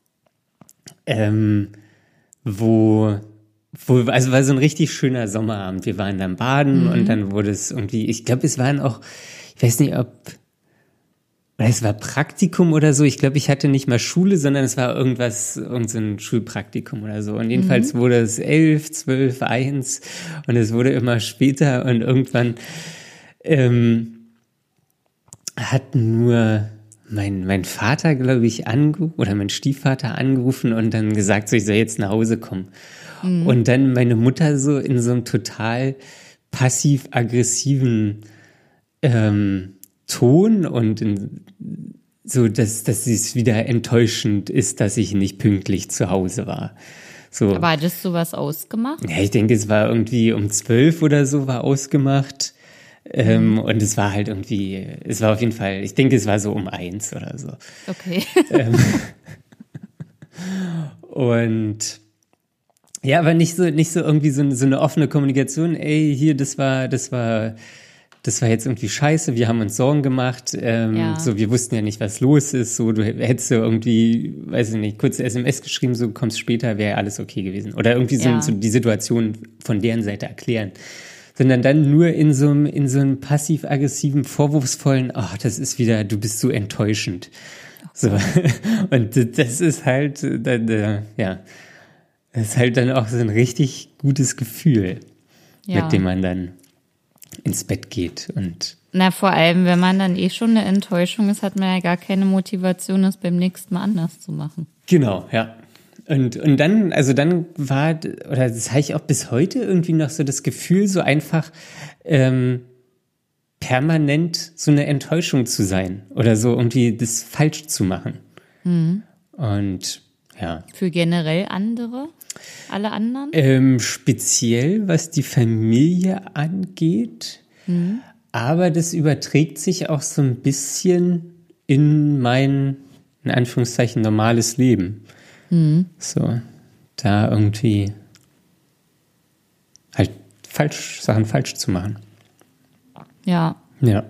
ähm, wo, wo, also war so ein richtig schöner Sommerabend. Wir waren dann baden mhm. und dann wurde es irgendwie, ich glaube, es waren auch, ich weiß nicht, ob, oder es war Praktikum oder so. Ich glaube, ich hatte nicht mal Schule, sondern es war irgendwas, irgendein Schulpraktikum oder so. Und jedenfalls mhm. wurde es elf, zwölf, eins und es wurde immer später und irgendwann ähm, hat nur mein, mein Vater, glaube ich, angerufen oder mein Stiefvater angerufen und dann gesagt, so, ich soll jetzt nach Hause kommen. Mhm. Und dann meine Mutter so in so einem total passiv-aggressiven ähm, Ton und in, so, dass, dass es wieder enttäuschend ist, dass ich nicht pünktlich zu Hause war. So. Aber hattest du was ausgemacht? Ja, ich denke, es war irgendwie um zwölf oder so war ausgemacht. Ähm, mhm. Und es war halt irgendwie, es war auf jeden Fall, ich denke, es war so um eins oder so. Okay. ähm, und ja, aber nicht so, nicht so irgendwie so, so eine offene Kommunikation. Ey, hier, das war, das war, das war jetzt irgendwie scheiße. Wir haben uns Sorgen gemacht. Ähm, ja. So, wir wussten ja nicht, was los ist. So, du hättest so irgendwie, weiß ich nicht, kurze S M S geschrieben, so kommst später, wäre alles okay gewesen. Oder irgendwie so, ja. so die Situation von deren Seite erklären. Sondern dann nur in so einem, in so einem passiv-aggressiven, vorwurfsvollen, ach, das ist wieder, du bist so enttäuschend. So. Und das ist halt, äh, ja, das ist halt dann auch so ein richtig gutes Gefühl, ja. mit dem man dann ins Bett geht. Und na, vor allem, wenn man dann eh schon eine Enttäuschung ist, hat man ja gar keine Motivation, das beim nächsten Mal anders zu machen. Genau, ja. Und, und dann, also dann war, oder das habe ich auch bis heute irgendwie noch so das Gefühl, so einfach ähm, permanent so eine Enttäuschung zu sein oder so irgendwie das falsch zu machen. Mhm. Und ja. Für generell andere? Alle anderen? Ähm, speziell, was die Familie angeht. Mhm. Aber das überträgt sich auch so ein bisschen in mein, in Anführungszeichen, normales Leben. Mhm. So, da irgendwie halt falsch, Sachen falsch zu machen. Ja. Ja.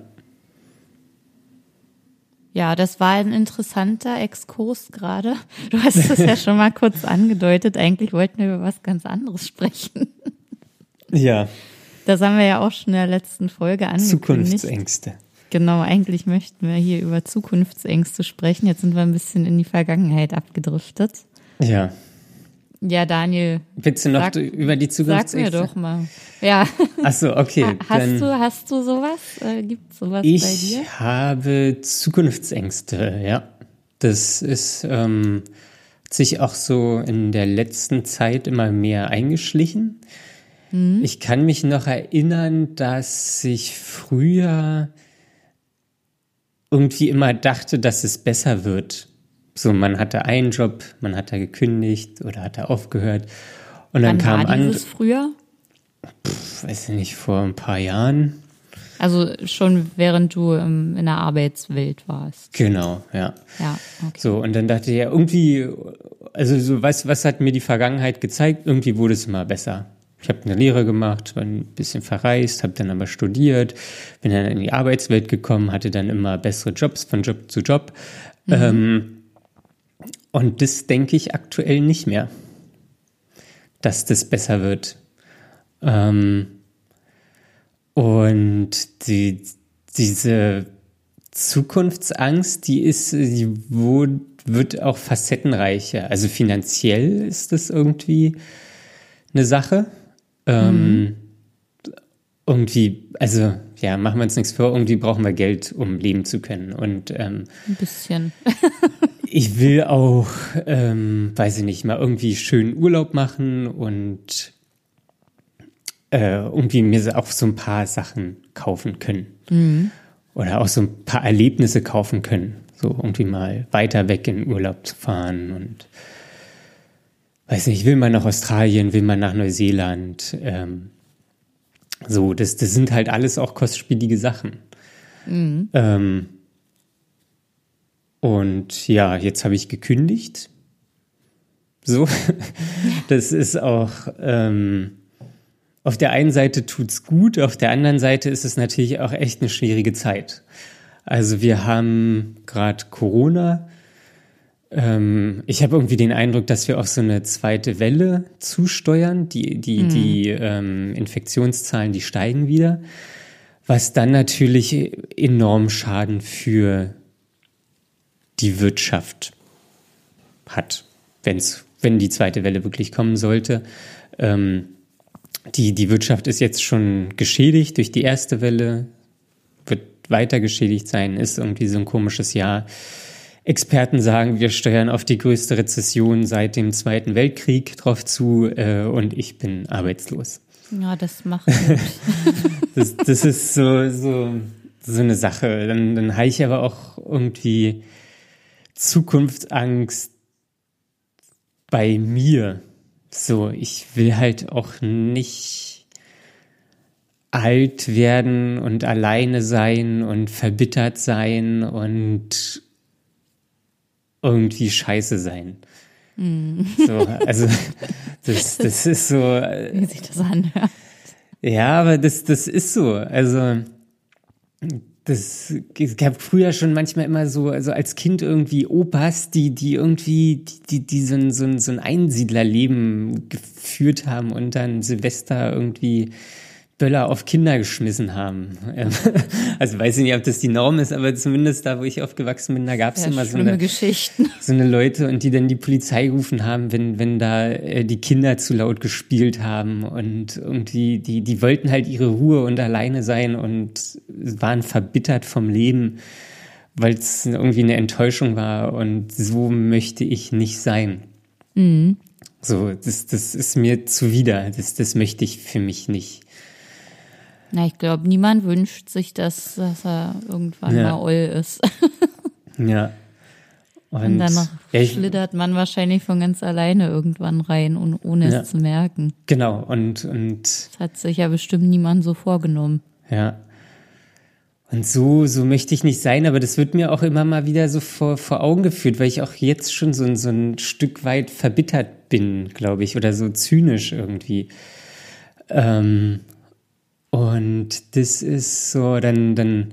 Ja, das war ein interessanter Exkurs gerade. Du hast es ja schon mal kurz angedeutet. Eigentlich wollten wir über was ganz anderes sprechen. Ja. Das haben wir ja auch schon in der letzten Folge angekündigt. Zukunftsängste. Genau, eigentlich möchten wir hier über Zukunftsängste sprechen. Jetzt sind wir ein bisschen in die Vergangenheit abgedriftet. Ja. Ja, Daniel. Willst du noch sag, über die Zukunftsängste? Sag mir doch mal. Ja. Ach so, okay. Hast dann du, hast du sowas? Äh, gibt's sowas ich bei dir? Ich habe Zukunftsängste, ja. Das ist ähm, hat sich auch so in der letzten Zeit immer mehr eingeschlichen. Mhm. Ich kann mich noch erinnern, dass ich früher irgendwie immer dachte, dass es besser wird. So, man hatte einen Job, man hat da gekündigt oder hat da aufgehört. Und dann Wann kam war dieses and- früher? Pff, weiß ich nicht, vor ein paar Jahren. Also schon während du ähm, in der Arbeitswelt warst. Genau, ja. Ja, okay. So, und dann dachte ich ja, irgendwie, also so, weißt du, was hat mir die Vergangenheit gezeigt? Irgendwie wurde es immer besser. Ich habe eine Lehre gemacht, war ein bisschen verreist, habe dann aber studiert, bin dann in die Arbeitswelt gekommen, hatte dann immer bessere Jobs von Job zu Job. Mhm. Ähm, und das denke ich aktuell nicht mehr, dass das besser wird. Ähm, und die, diese Zukunftsangst, die ist, die wurde, wird auch facettenreicher. Also finanziell ist das irgendwie eine Sache. Ähm, mhm. Irgendwie, also ja, machen wir uns nichts vor, irgendwie brauchen wir Geld, um leben zu können. Und ähm, ein bisschen. ich will auch, ähm, weiß ich nicht, mal irgendwie schön Urlaub machen und äh, irgendwie mir auch so ein paar Sachen kaufen können. Mhm. Oder auch so ein paar Erlebnisse kaufen können. So irgendwie mal weiter weg in Urlaub zu fahren und weiß nicht, will man nach Australien, will man nach Neuseeland. Ähm, so, das, das sind halt alles auch kostspielige Sachen. Mhm. Ähm, und ja, jetzt habe ich gekündigt. So, das ist auch, ähm, auf der einen Seite tut's gut, auf der anderen Seite ist es natürlich auch echt eine schwierige Zeit. Also wir haben gerade Corona. Ähm, ich habe irgendwie den Eindruck, dass wir auf so eine zweite Welle zusteuern. Die, die, mhm. die ähm, Infektionszahlen, die steigen wieder. Was dann natürlich enorm Schaden für die Wirtschaft hat, wenn's, wenn die zweite Welle wirklich kommen sollte. Ähm, die, die Wirtschaft ist jetzt schon geschädigt durch die erste Welle, wird weiter geschädigt sein, ist irgendwie so ein komisches Jahr. Experten sagen, wir steuern auf die größte Rezession seit dem Zweiten Weltkrieg drauf zu äh, und ich bin arbeitslos. Ja, das macht Mut. das, das ist so, so, so eine Sache. Dann, dann habe ich aber auch irgendwie Zukunftsangst bei mir. So, ich will halt auch nicht alt werden und alleine sein und verbittert sein und irgendwie scheiße sein. Mm. So, also das, das ist so. Wie sich das anhört. Ja, aber das, das ist so. Also das es gab früher schon manchmal immer so, also als Kind irgendwie Opas, die, die irgendwie, die, die so ein, so ein, so ein Einsiedlerleben geführt haben und dann Silvester irgendwie Böller auf Kinder geschmissen haben. Also weiß ich nicht, ob das die Norm ist, aber zumindest da, wo ich aufgewachsen bin, da gab es immer so eine, Geschichten. so eine Leute, und die dann die Polizei gerufen haben, wenn, wenn da äh, die Kinder zu laut gespielt haben und irgendwie, die, die wollten halt ihre Ruhe und alleine sein und waren verbittert vom Leben, weil es irgendwie eine Enttäuschung war, und so möchte ich nicht sein. Mhm. So, das, das ist mir zuwider, das, das möchte ich für mich nicht. Na, ich glaube, niemand wünscht sich, dass, dass er irgendwann Ja. mal oll ist. Ja. Und, Und dann noch ja, ich, schlittert man wahrscheinlich von ganz alleine irgendwann rein, und ohne Ja. es zu merken. Genau, und, und Das hat sich ja bestimmt niemand so vorgenommen. ja. Und so, so möchte ich nicht sein, aber das wird mir auch immer mal wieder so vor, vor Augen geführt, weil ich auch jetzt schon so, ein- so ein Stück weit verbittert bin, glaube ich, oder so zynisch irgendwie. Ähm, und das ist so, dann, dann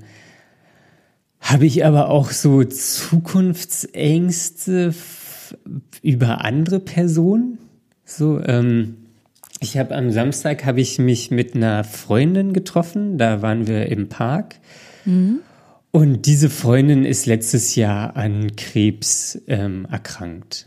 habe ich aber auch so Zukunftsängste f- über andere Personen. So, ähm, ich habe am Samstag habe ich mich mit einer Freundin getroffen. Da waren wir im Park. Mhm. Und diese Freundin ist letztes Jahr an Krebs ähm, erkrankt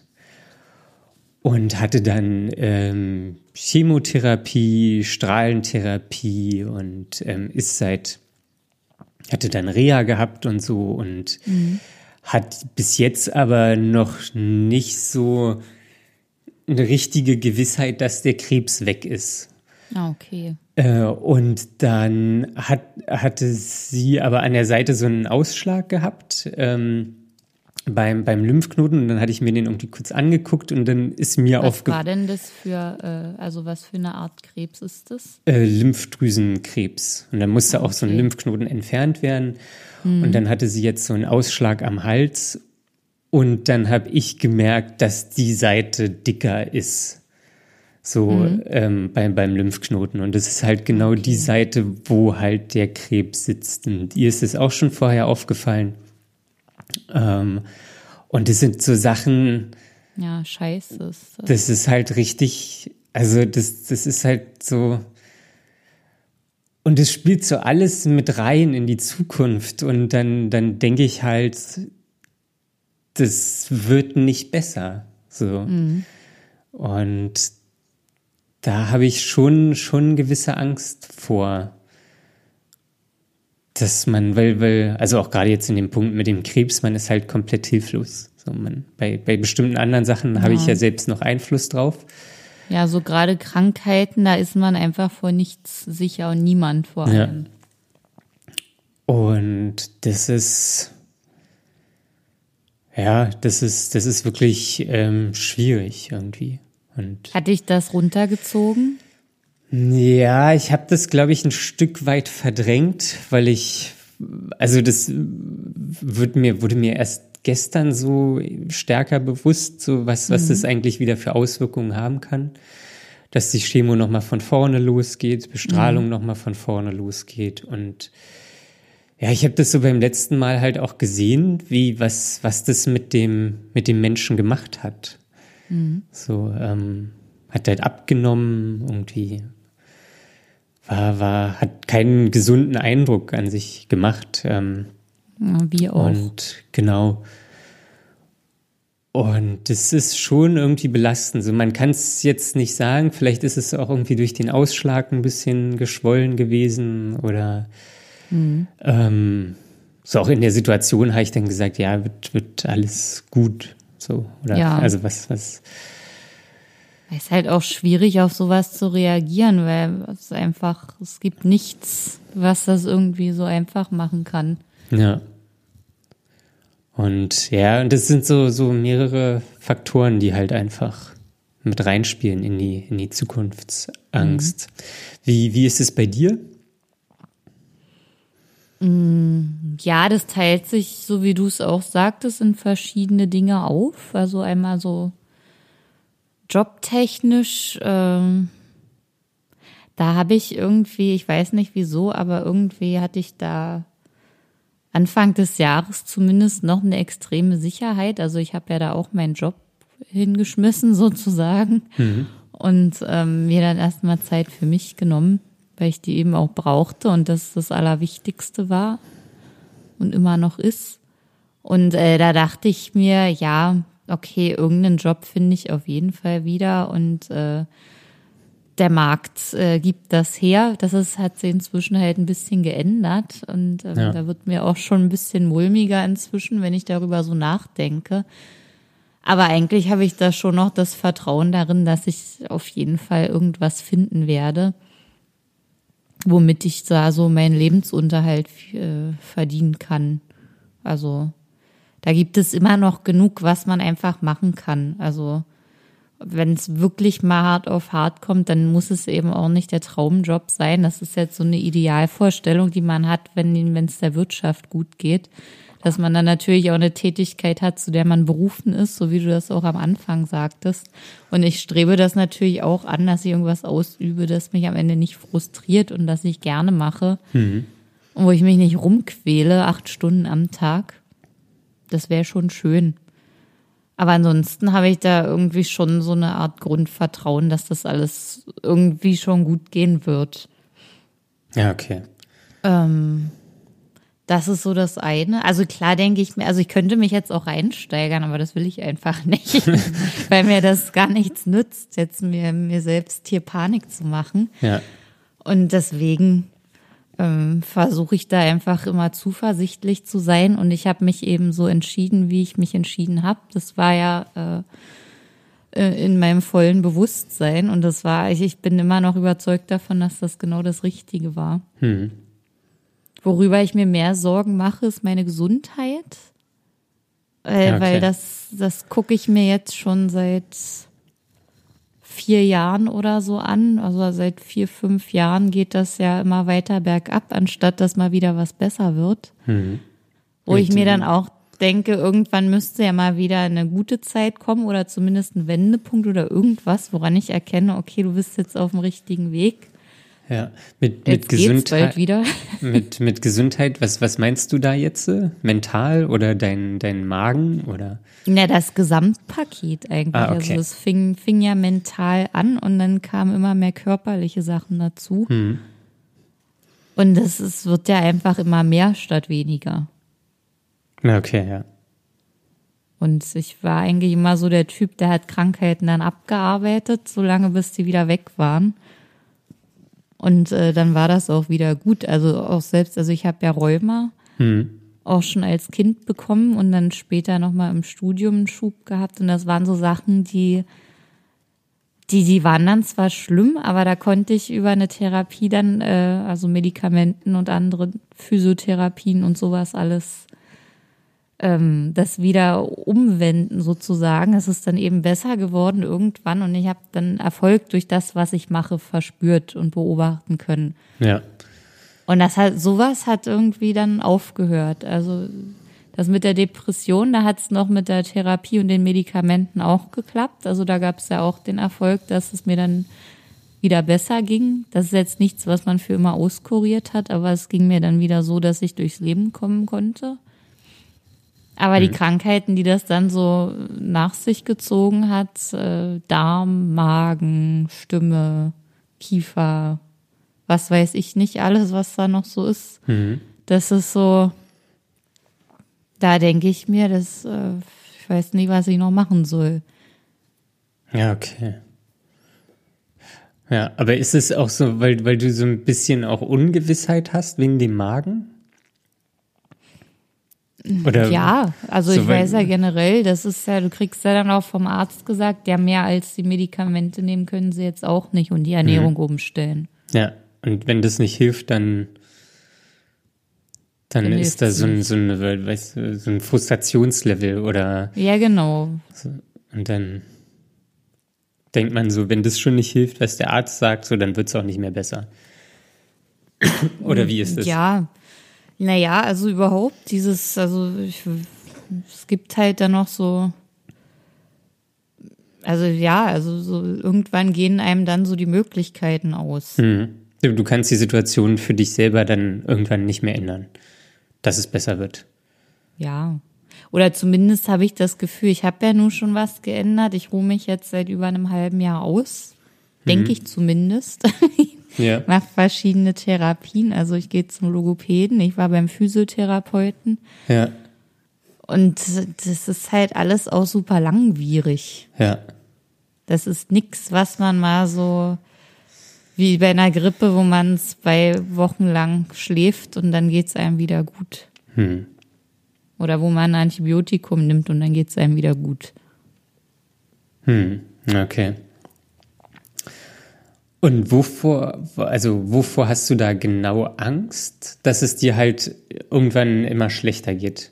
und hatte dann ähm, Chemotherapie, Strahlentherapie und ähm, ist seit, hatte dann Reha gehabt und so und Mhm. hat bis jetzt aber noch nicht so eine richtige Gewissheit, dass der Krebs weg ist. Ah, okay. Äh, und dann hat, hatte sie aber an der Seite so einen Ausschlag gehabt ähm, beim, beim Lymphknoten, und dann hatte ich mir den irgendwie kurz angeguckt und dann ist mir Was aufgefallen. war denn das für, äh, also was für eine Art Krebs ist das? Äh, Lymphdrüsenkrebs. Und dann musste auch so ein Okay. Lymphknoten entfernt werden. Und dann hatte sie jetzt so einen Ausschlag am Hals. Und dann habe ich gemerkt, dass die Seite dicker ist. So Mhm. ähm, beim, beim Lymphknoten. Und das ist halt genau Okay. die Seite, wo halt der Krebs sitzt. Und ihr ist es auch schon vorher aufgefallen. Ähm, und das sind so Sachen, Ja, scheiße. Ist das. das ist halt richtig, also das, das ist halt so, und es spielt so alles mit rein in die Zukunft, und dann, dann denke ich halt, das wird nicht besser, so. Mhm. Und da habe ich schon, schon gewisse Angst vor. dass man, weil, weil, also auch gerade jetzt in dem Punkt mit dem Krebs, man ist halt komplett hilflos. So, man, bei, bei bestimmten anderen Sachen ja. habe ich ja selbst noch Einfluss drauf. Ja, so gerade Krankheiten, da ist man einfach vor nichts sicher und niemand vor allem. Ja. Und das ist, ja, das ist, das ist wirklich ähm, schwierig irgendwie. Und hat dich das runtergezogen? Ja, ich habe das, glaube ich, ein Stück weit verdrängt, weil ich, also das wird mir, wurde mir erst gestern so stärker bewusst, so was, was mhm. das eigentlich wieder für Auswirkungen haben kann. Dass die Chemo nochmal von vorne losgeht, Bestrahlung mhm. nochmal von vorne losgeht. Und ja, ich habe das so beim letzten Mal halt auch gesehen, wie, was, was das mit dem, mit dem Menschen gemacht hat. Mhm. So, ähm, hat halt abgenommen, irgendwie war, war, hat keinen gesunden Eindruck an sich gemacht. Ähm, ja, wie auch. Und genau. Und das ist schon irgendwie belastend. So, man kann es jetzt nicht sagen, vielleicht ist es auch irgendwie durch den Ausschlag ein bisschen geschwollen gewesen oder mhm. ähm, so auch in der Situation habe ich dann gesagt, ja, wird, wird alles gut. So, oder ja. also was, was. Es ist halt auch schwierig, auf sowas zu reagieren, weil es einfach, es gibt nichts, was das irgendwie so einfach machen kann. Ja. Und ja, und das sind so, so mehrere Faktoren, die halt einfach mit reinspielen in die, in die Zukunftsangst. Mhm. Wie, wie ist es bei dir? Ja, das teilt sich, so wie du es auch sagtest, in verschiedene Dinge auf. Also einmal so jobtechnisch, ähm, da habe ich irgendwie, ich weiß nicht wieso, aber irgendwie hatte ich da Anfang des Jahres zumindest noch eine extreme Sicherheit. Also ich habe ja da auch meinen Job hingeschmissen sozusagen mhm. und ähm, mir dann erstmal Zeit für mich genommen, weil ich die eben auch brauchte und das das Allerwichtigste war und immer noch ist. Und äh, da dachte ich mir, ja, okay, irgendeinen Job finde ich auf jeden Fall wieder und äh, der Markt äh, gibt das her. Das ist, hat sich inzwischen halt ein bisschen geändert und ähm, ja. da wird mir auch schon ein bisschen mulmiger inzwischen, wenn ich darüber so nachdenke. Aber eigentlich habe ich da schon noch das Vertrauen darin, dass ich auf jeden Fall irgendwas finden werde, womit ich da so meinen Lebensunterhalt äh, verdienen kann. Also da gibt es immer noch genug, was man einfach machen kann. Also wenn es wirklich mal hart auf hart kommt, dann muss es eben auch nicht der Traumjob sein. Das ist jetzt so eine Idealvorstellung, die man hat, wenn wenn es der Wirtschaft gut geht. Dass man dann natürlich auch eine Tätigkeit hat, zu der man berufen ist, so wie du das auch am Anfang sagtest. Und ich strebe das natürlich auch an, dass ich irgendwas ausübe, das mich am Ende nicht frustriert und das ich gerne mache. Mhm. Und wo ich mich nicht rumquäle, acht Stunden am Tag. Das wäre schon schön. Aber ansonsten habe ich da irgendwie schon so eine Art Grundvertrauen, dass das alles irgendwie schon gut gehen wird. Ja, okay. Ähm, das ist so das eine. Also klar denke ich mir, also ich könnte mich jetzt auch reinsteigern, aber das will ich einfach nicht, weil mir das gar nichts nützt, jetzt mir, mir selbst hier Panik zu machen. Ja. Und deswegen ähm, versuche ich da einfach immer zuversichtlich zu sein und ich habe mich eben so entschieden, wie ich mich entschieden habe. Das war ja äh, in meinem vollen Bewusstsein und das war, ich, ich bin immer noch überzeugt davon, dass das genau das Richtige war. Hm. Worüber ich mir mehr Sorgen mache, ist meine Gesundheit, äh, okay. weil das, das gucke ich mir jetzt schon seit vier Jahren oder so an. Also seit vier, fünf Jahren geht das ja immer weiter bergab, anstatt dass mal wieder was besser wird. Mhm. Wo ich mir dann auch denke, irgendwann müsste ja mal wieder eine gute Zeit kommen oder zumindest ein Wendepunkt oder irgendwas, woran ich erkenne, okay, du bist jetzt auf dem richtigen Weg. Ja, mit, mit jetzt Gesundheit. Bald wieder. Mit, mit Gesundheit, was, was meinst du da jetzt? Mental oder dein, dein Magen oder? Ja, das Gesamtpaket eigentlich. Ah, okay. Also es fing, fing ja mental an und dann kamen immer mehr körperliche Sachen dazu. Hm. Und es, es wird ja einfach immer mehr statt weniger. Okay, ja. Und ich war eigentlich immer so der Typ, der hat Krankheiten dann abgearbeitet, solange bis die wieder weg waren. Und äh, dann war das auch wieder gut. Also auch selbst, also ich habe ja Rheuma Hm. auch schon als Kind bekommen und dann später nochmal im Studium einen Schub gehabt. Und das waren so Sachen, die, die, die waren dann zwar schlimm, aber da konnte ich über eine Therapie dann, äh, also Medikamenten und andere Physiotherapien und sowas alles, ähm, das wieder umwenden sozusagen. Es ist dann eben besser geworden irgendwann und ich habe dann Erfolg durch das, was ich mache, verspürt und beobachten können. Ja. Und das hat, sowas hat irgendwie dann aufgehört. Also das mit der Depression, da hat es noch mit der Therapie und den Medikamenten auch geklappt. Also da gab es ja auch den Erfolg, dass es mir dann wieder besser ging. Das ist jetzt nichts, was man für immer auskuriert hat, aber es ging mir dann wieder so, dass ich durchs Leben kommen konnte. Aber die Krankheiten, die das dann so nach sich gezogen hat, äh, Darm, Magen, Stimme, Kiefer, was weiß ich nicht, alles, was da noch so ist. Mhm. Das ist so, da denke ich mir, das, äh, ich weiß nicht, was ich noch machen soll. Ja, okay. Ja, aber ist es auch so, weil, weil du so ein bisschen auch Ungewissheit hast wegen dem Magen? Oder Ja, also so, ich weil- weiß ja generell, das ist ja, du kriegst ja dann auch vom Arzt gesagt, ja, mehr als die Medikamente nehmen können sie jetzt auch nicht und die Ernährung umstellen. Ja, und wenn das nicht hilft, dann, dann Dann ist da hilft's so ein, nicht. so, ein, weißt du, so ein Frustrationslevel oder Ja, genau. so. Und dann denkt man so, wenn das schon nicht hilft, was der Arzt sagt, so, dann wird es auch nicht mehr besser. Oder wie ist das? Ja, naja, also überhaupt dieses, also ich, es gibt halt dann noch so, also ja, also so irgendwann gehen einem dann so die Möglichkeiten aus. Mhm. Du du kannst die Situation für dich selber dann irgendwann nicht mehr ändern, dass es besser wird. Ja. Oder zumindest habe ich das Gefühl, ich habe ja nun schon was geändert. Ich ruhe mich jetzt seit über einem halben Jahr aus. Denke ich zumindest. Ja. Mache verschiedene Therapien. Also ich gehe zum Logopäden, ich war beim Physiotherapeuten. Ja. Und das ist halt alles auch super langwierig. Ja. Das ist nix, was man mal so wie bei einer Grippe, wo man zwei Wochen lang schläft und dann geht's einem wieder gut. Hm. Oder wo man ein Antibiotikum nimmt und dann geht's einem wieder gut. Hm. Okay. Und wovor, also wovor hast du da genau Angst, dass es dir halt irgendwann immer schlechter geht?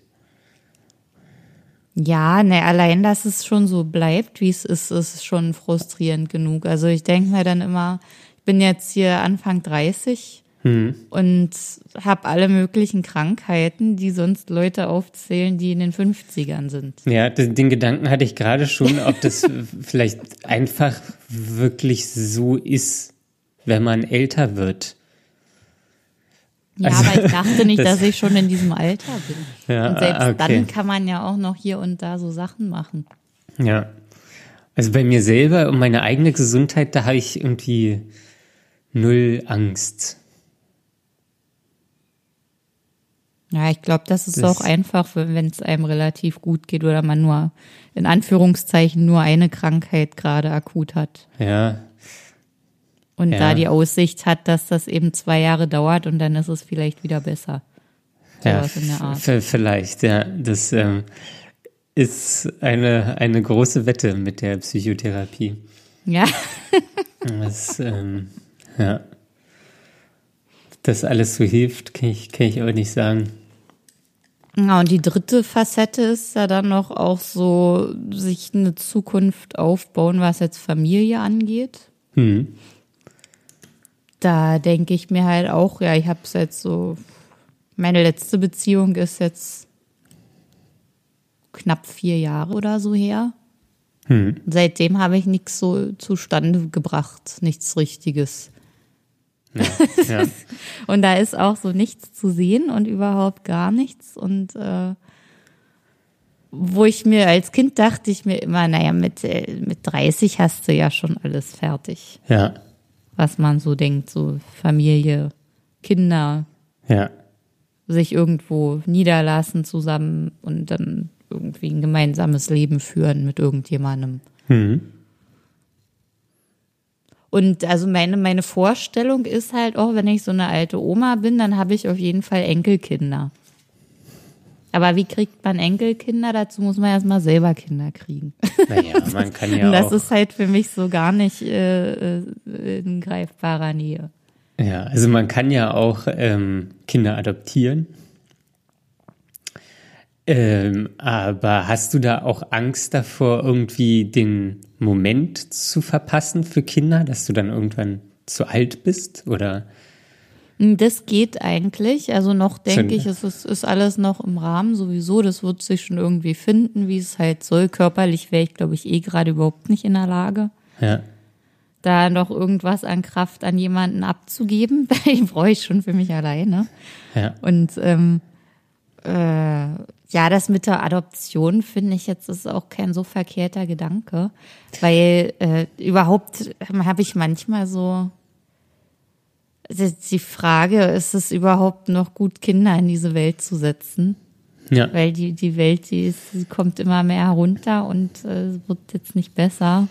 Ja, ne, allein, dass es schon so bleibt, wie es ist, ist schon frustrierend genug. Also ich denke mir dann immer, ich bin jetzt hier Anfang dreißig Hm. und habe alle möglichen Krankheiten, die sonst Leute aufzählen, die in den fünfzigern sind. Ja, den, den Gedanken hatte ich gerade schon, ob das vielleicht einfach wirklich so ist, wenn man älter wird. Ja, Also, aber ich dachte nicht, das- dass ich schon in diesem Alter bin. Ja, Und selbst okay. dann kann man ja auch noch hier und da so Sachen machen. Ja. Also bei mir selber um meine eigene Gesundheit, da habe ich irgendwie null Angst. Ja, ich glaube, das ist Das- auch einfach, wenn es einem relativ gut geht oder man nur, in Anführungszeichen, nur eine Krankheit gerade akut hat. Ja, Und Ja. da die Aussicht hat, dass das eben zwei Jahre dauert und dann ist es vielleicht wieder besser. ja, Sowas in der Art. v- vielleicht, ja. Das ähm, ist eine, eine große Wette mit der Psychotherapie. Ja, Das, ähm, ja. Das alles so hilft, kann ich, kann ich auch nicht sagen. ja, und die dritte Facette ist ja dann noch auch so, sich eine Zukunft aufbauen, was jetzt Familie angeht. Hm. Da denke ich mir halt auch, ja, ich habe es jetzt so, meine letzte Beziehung ist jetzt knapp vier Jahre oder so her. Hm. Seitdem habe ich nichts so zustande gebracht, nichts Richtiges. Ja, ja. Und da ist auch so nichts zu sehen und überhaupt gar nichts. Und äh, wo ich mir als Kind dachte ich mir immer, naja, mit, äh, mit dreißig hast du ja schon alles fertig. ja, Was man so denkt, so Familie, Kinder, ja. sich irgendwo niederlassen zusammen und dann irgendwie ein gemeinsames Leben führen mit irgendjemandem. Hm. Und also meine, meine Vorstellung ist halt auch, wenn ich so eine alte Oma bin, dann habe ich auf jeden Fall Enkelkinder. Aber wie kriegt man Enkelkinder? Dazu muss man erstmal selber Kinder kriegen. Naja, man kann ja Und das auch. ist halt für mich so gar nicht äh, in greifbarer Nähe. Ja, also man kann ja auch ähm, Kinder adoptieren. Ähm, aber hast du da auch Angst davor, irgendwie den Moment zu verpassen für Kinder, dass du dann irgendwann zu alt bist? Oder? Das geht eigentlich. Also noch denke Schon. ich, es ist, ist alles noch im Rahmen sowieso. Das wird sich schon irgendwie finden, wie es halt soll. Körperlich wäre ich, glaube ich, eh gerade überhaupt nicht in der Lage, Ja. da noch irgendwas an Kraft an jemanden abzugeben. Die brauche ich schon für mich alleine. Ja. Und ähm, äh, ja, das mit der Adoption finde ich jetzt ist auch kein so verkehrter Gedanke, weil äh, überhaupt habe ich manchmal so die Frage, ist es überhaupt noch gut, Kinder in diese Welt zu setzen? Ja. Weil die, die Welt, die, ist, die kommt immer mehr herunter und äh, wird jetzt nicht besser.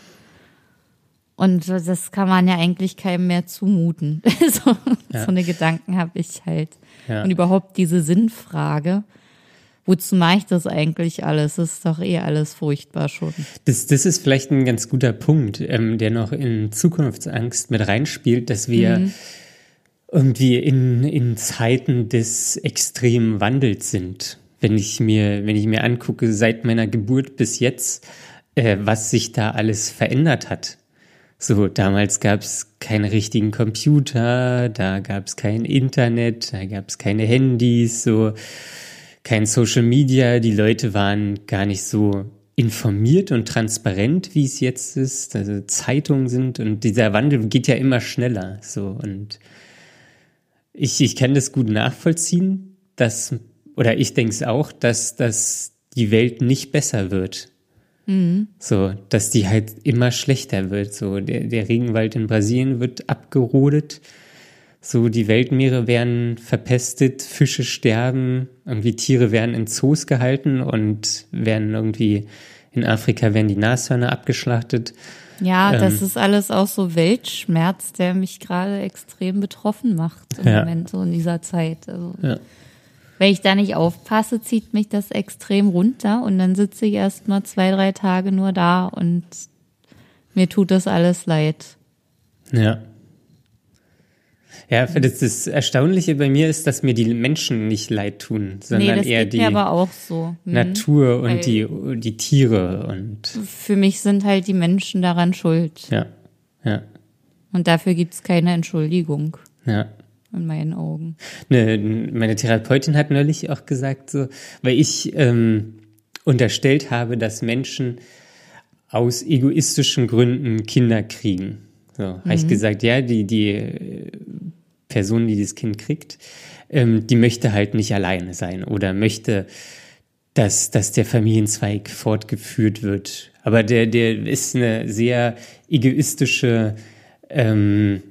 Und das kann man ja eigentlich keinem mehr zumuten. so, Ja. so eine Gedanken habe ich halt. Ja. Und überhaupt diese Sinnfrage. Wozu mache ich das eigentlich alles? Das ist doch eh alles furchtbar schon. Das, das ist vielleicht ein ganz guter Punkt, ähm, der noch in Zukunftsangst mit reinspielt, dass wir Mhm. irgendwie in, in Zeiten des extremen Wandels sind. Wenn ich mir, wenn ich mir angucke, seit meiner Geburt bis jetzt, äh, was sich da alles verändert hat. So, damals gab es keine richtigen Computer, da gab es kein Internet, da gab es keine Handys, so kein Social Media. Die Leute waren gar nicht so informiert und transparent, wie es jetzt ist. Also Zeitungen sind und dieser Wandel geht ja immer schneller. So und ich, ich kann das gut nachvollziehen, dass, oder ich denke es auch, dass, dass die Welt nicht besser wird. Mhm. So, dass die halt immer schlechter wird. So, der, der Regenwald in Brasilien wird abgerodet. So, die Weltmeere werden verpestet, Fische sterben, irgendwie Tiere werden in Zoos gehalten und werden irgendwie, in Afrika werden die Nashörner abgeschlachtet. Ja, Ähm, das ist alles auch so Weltschmerz, der mich gerade extrem betroffen macht im Ja. Moment, so in dieser Zeit. Also, Ja. wenn ich da nicht aufpasse, zieht mich das extrem runter und dann sitze ich erst mal zwei, drei Tage nur da und mir tut das alles leid. Ja. Ja, das, das Erstaunliche bei mir ist, dass mir die Menschen nicht leid tun, sondern Nee, das eher geht die mir aber auch so. Hm. Natur und Weil- die, die Tiere und Für mich sind halt die Menschen daran schuld. ja, ja, Und dafür gibt's keine Entschuldigung ja. in meinen Augen. Ne, meine Therapeutin hat neulich auch gesagt, so, weil ich ähm, unterstellt habe, dass Menschen aus egoistischen Gründen Kinder kriegen. So, habe ich gesagt, ja, die, die äh, Person, die das Kind kriegt, ähm, die möchte halt nicht alleine sein oder möchte, dass, dass der Familienzweig fortgeführt wird. Aber der, der ist eine sehr egoistische ähm,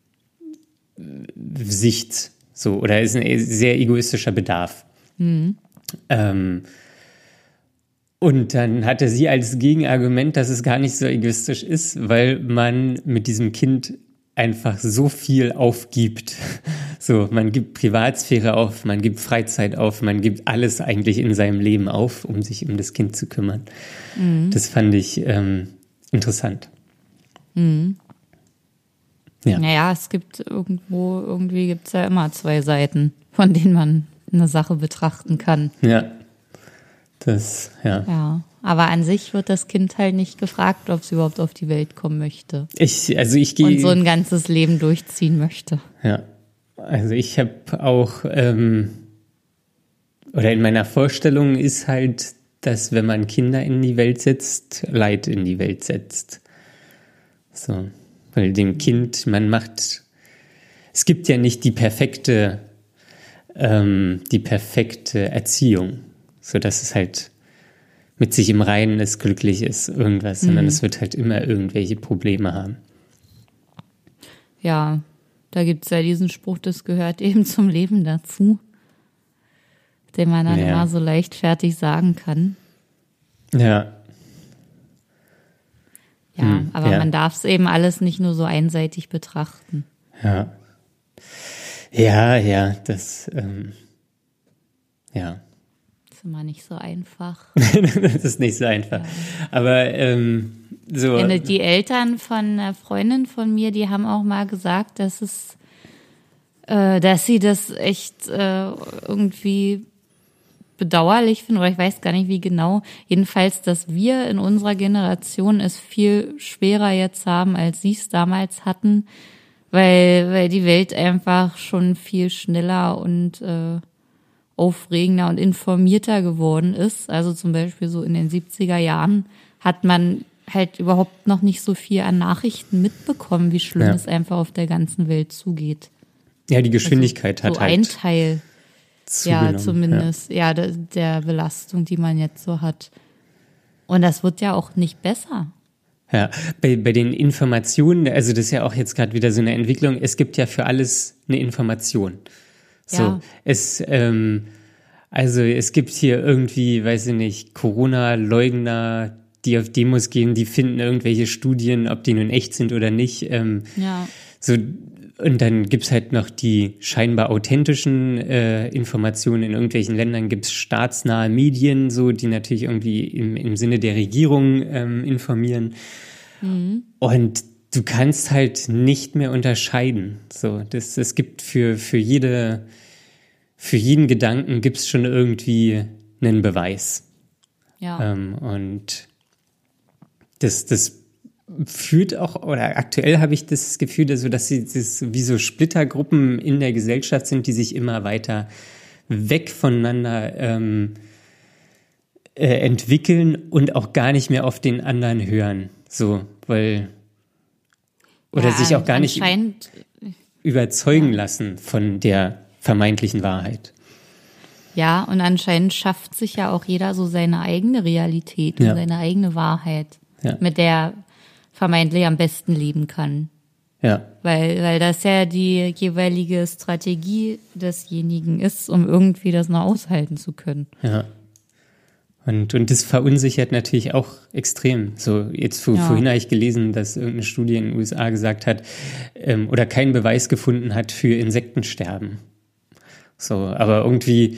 Sicht, so, oder ist ein sehr egoistischer Bedarf. Mhm. Ähm, und dann hatte sie als Gegenargument, dass es gar nicht so egoistisch ist, weil man mit diesem Kind einfach so viel aufgibt. So, man gibt Privatsphäre auf, man gibt Freizeit auf, man gibt alles eigentlich in seinem Leben auf, um sich um das Kind zu kümmern. Mhm. Das fand ich ähm, interessant. Mhm. Ja. Naja, es gibt irgendwo, irgendwie gibt's ja immer zwei Seiten, von denen man eine Sache betrachten kann. Ja. Das, ja. Ja, aber an sich wird das Kind halt nicht gefragt, ob es überhaupt auf die Welt kommen möchte Ich, also ich gehe. und so ein ganzes Leben durchziehen möchte. Ja, also ich habe auch, ähm, oder in meiner Vorstellung ist halt, dass wenn man Kinder in die Welt setzt, Leid in die Welt setzt. So, weil dem Kind, man macht, es gibt ja nicht die perfekte, ähm, die perfekte Erziehung, so dass es halt mit sich im Reinen ist, glücklich ist, irgendwas, sondern Mhm. es wird halt immer irgendwelche Probleme haben. Ja, da gibt's ja diesen Spruch, das gehört eben zum Leben dazu, den man dann Ja. immer so leichtfertig sagen kann. Ja. Ja, Hm, aber ja. man darf es eben alles nicht nur so einseitig betrachten. Ja. Ja, ja, das, ähm, ja. Das ist immer nicht so einfach. Das ist nicht so einfach. Ja. Aber ähm, so. Ja, die Eltern von einer Freundin von mir, die haben auch mal gesagt, dass es, äh, dass sie das echt äh, irgendwie bedauerlich finden, oder ich weiß gar nicht wie genau. Jedenfalls, dass wir in unserer Generation es viel schwerer jetzt haben, als sie es damals hatten, weil weil die Welt einfach schon viel schneller und äh, aufregender und informierter geworden ist. Also zum Beispiel so in den siebziger Jahren hat man halt überhaupt noch nicht so viel an Nachrichten mitbekommen, wie schlimm Ja. es einfach auf der ganzen Welt zugeht. Ja, die Geschwindigkeit also, hat so halt ein Teil, zugenommen. ja, zumindest, ja, der, der Belastung, die man jetzt so hat. Und das wird ja auch nicht besser. Ja, bei, bei den Informationen, also das ist ja auch jetzt gerade wieder so eine Entwicklung, es gibt ja für alles eine Information. So, Ja. es, ähm, also es gibt hier irgendwie, weiß ich nicht, Corona-Leugner, die auf Demos gehen, die finden irgendwelche Studien, ob die nun echt sind oder nicht. Ähm, Ja. so, und dann gibt's halt noch die scheinbar authentischen äh, Informationen. In irgendwelchen Ländern gibt's staatsnahe Medien, so die natürlich irgendwie im, im Sinne der Regierung ähm, informieren. Mhm. Und du kannst halt nicht mehr unterscheiden. So, das, es gibt für, für jede, für jeden Gedanken gibt's schon irgendwie einen Beweis. Ja. Ähm, und das, das führt auch, oder aktuell habe ich das Gefühl, dass, so, dass sie das wie so Splittergruppen in der Gesellschaft sind, die sich immer weiter weg voneinander ähm, äh, entwickeln und auch gar nicht mehr auf den anderen hören. So, weil oder ja, sich auch gar nicht anscheinend, überzeugen ja. lassen von der vermeintlichen Wahrheit. Ja, und anscheinend schafft sich ja auch jeder so seine eigene Realität und Ja. seine eigene Wahrheit, Ja. mit der er vermeintlich am besten leben kann. Ja, Weil, weil das ja die jeweilige Strategie desjenigen ist, um irgendwie das noch aushalten zu können. ja. Und, und das verunsichert natürlich auch extrem. So, jetzt vor, Ja. vorhin habe ich gelesen, dass irgendeine Studie in den U S A gesagt hat, ähm, oder keinen Beweis gefunden hat für Insektensterben. So, aber irgendwie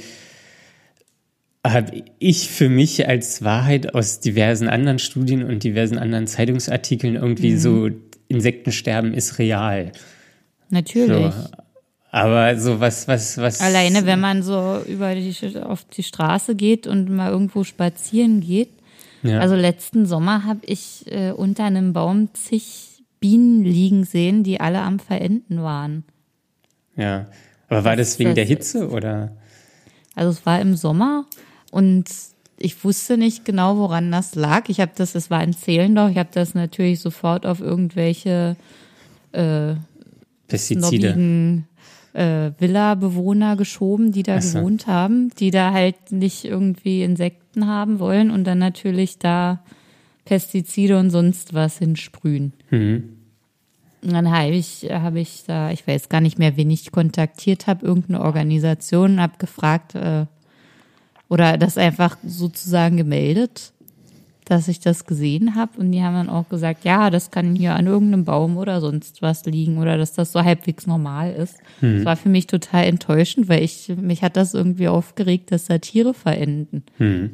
habe ich für mich als Wahrheit aus diversen anderen Studien und diversen anderen Zeitungsartikeln irgendwie Mhm. so, Insektensterben ist real. Natürlich. So, aber so was, was, was. Alleine, wenn man so über die, auf die Straße geht und mal irgendwo spazieren geht. Ja. Also letzten Sommer habe ich äh, unter einem Baum zig Bienen liegen sehen, die alle am Verenden waren. Ja. Aber war das Das- wegen das- der Hitze oder? Also es war im Sommer und ich wusste nicht genau, woran das lag. Ich habe das, es war in Zehlendorf, ich habe das natürlich sofort auf irgendwelche äh, Pestizide. snobbigen äh, Villa-Bewohner geschoben, die da Ach so. gewohnt haben, die da halt nicht irgendwie Insekten haben wollen und dann natürlich da Pestizide und sonst was hinsprühen. Mhm. Und dann habe ich, habe ich da, ich weiß gar nicht mehr, wen ich kontaktiert habe, irgendeine Organisation, habe gefragt äh, oder das einfach sozusagen gemeldet, dass ich das gesehen habe. Und die haben dann auch gesagt, ja, das kann hier an irgendeinem Baum oder sonst was liegen oder dass das so halbwegs normal ist. Das war für mich total enttäuschend, weil ich mich hat das irgendwie aufgeregt, dass da Tiere verenden. Mhm.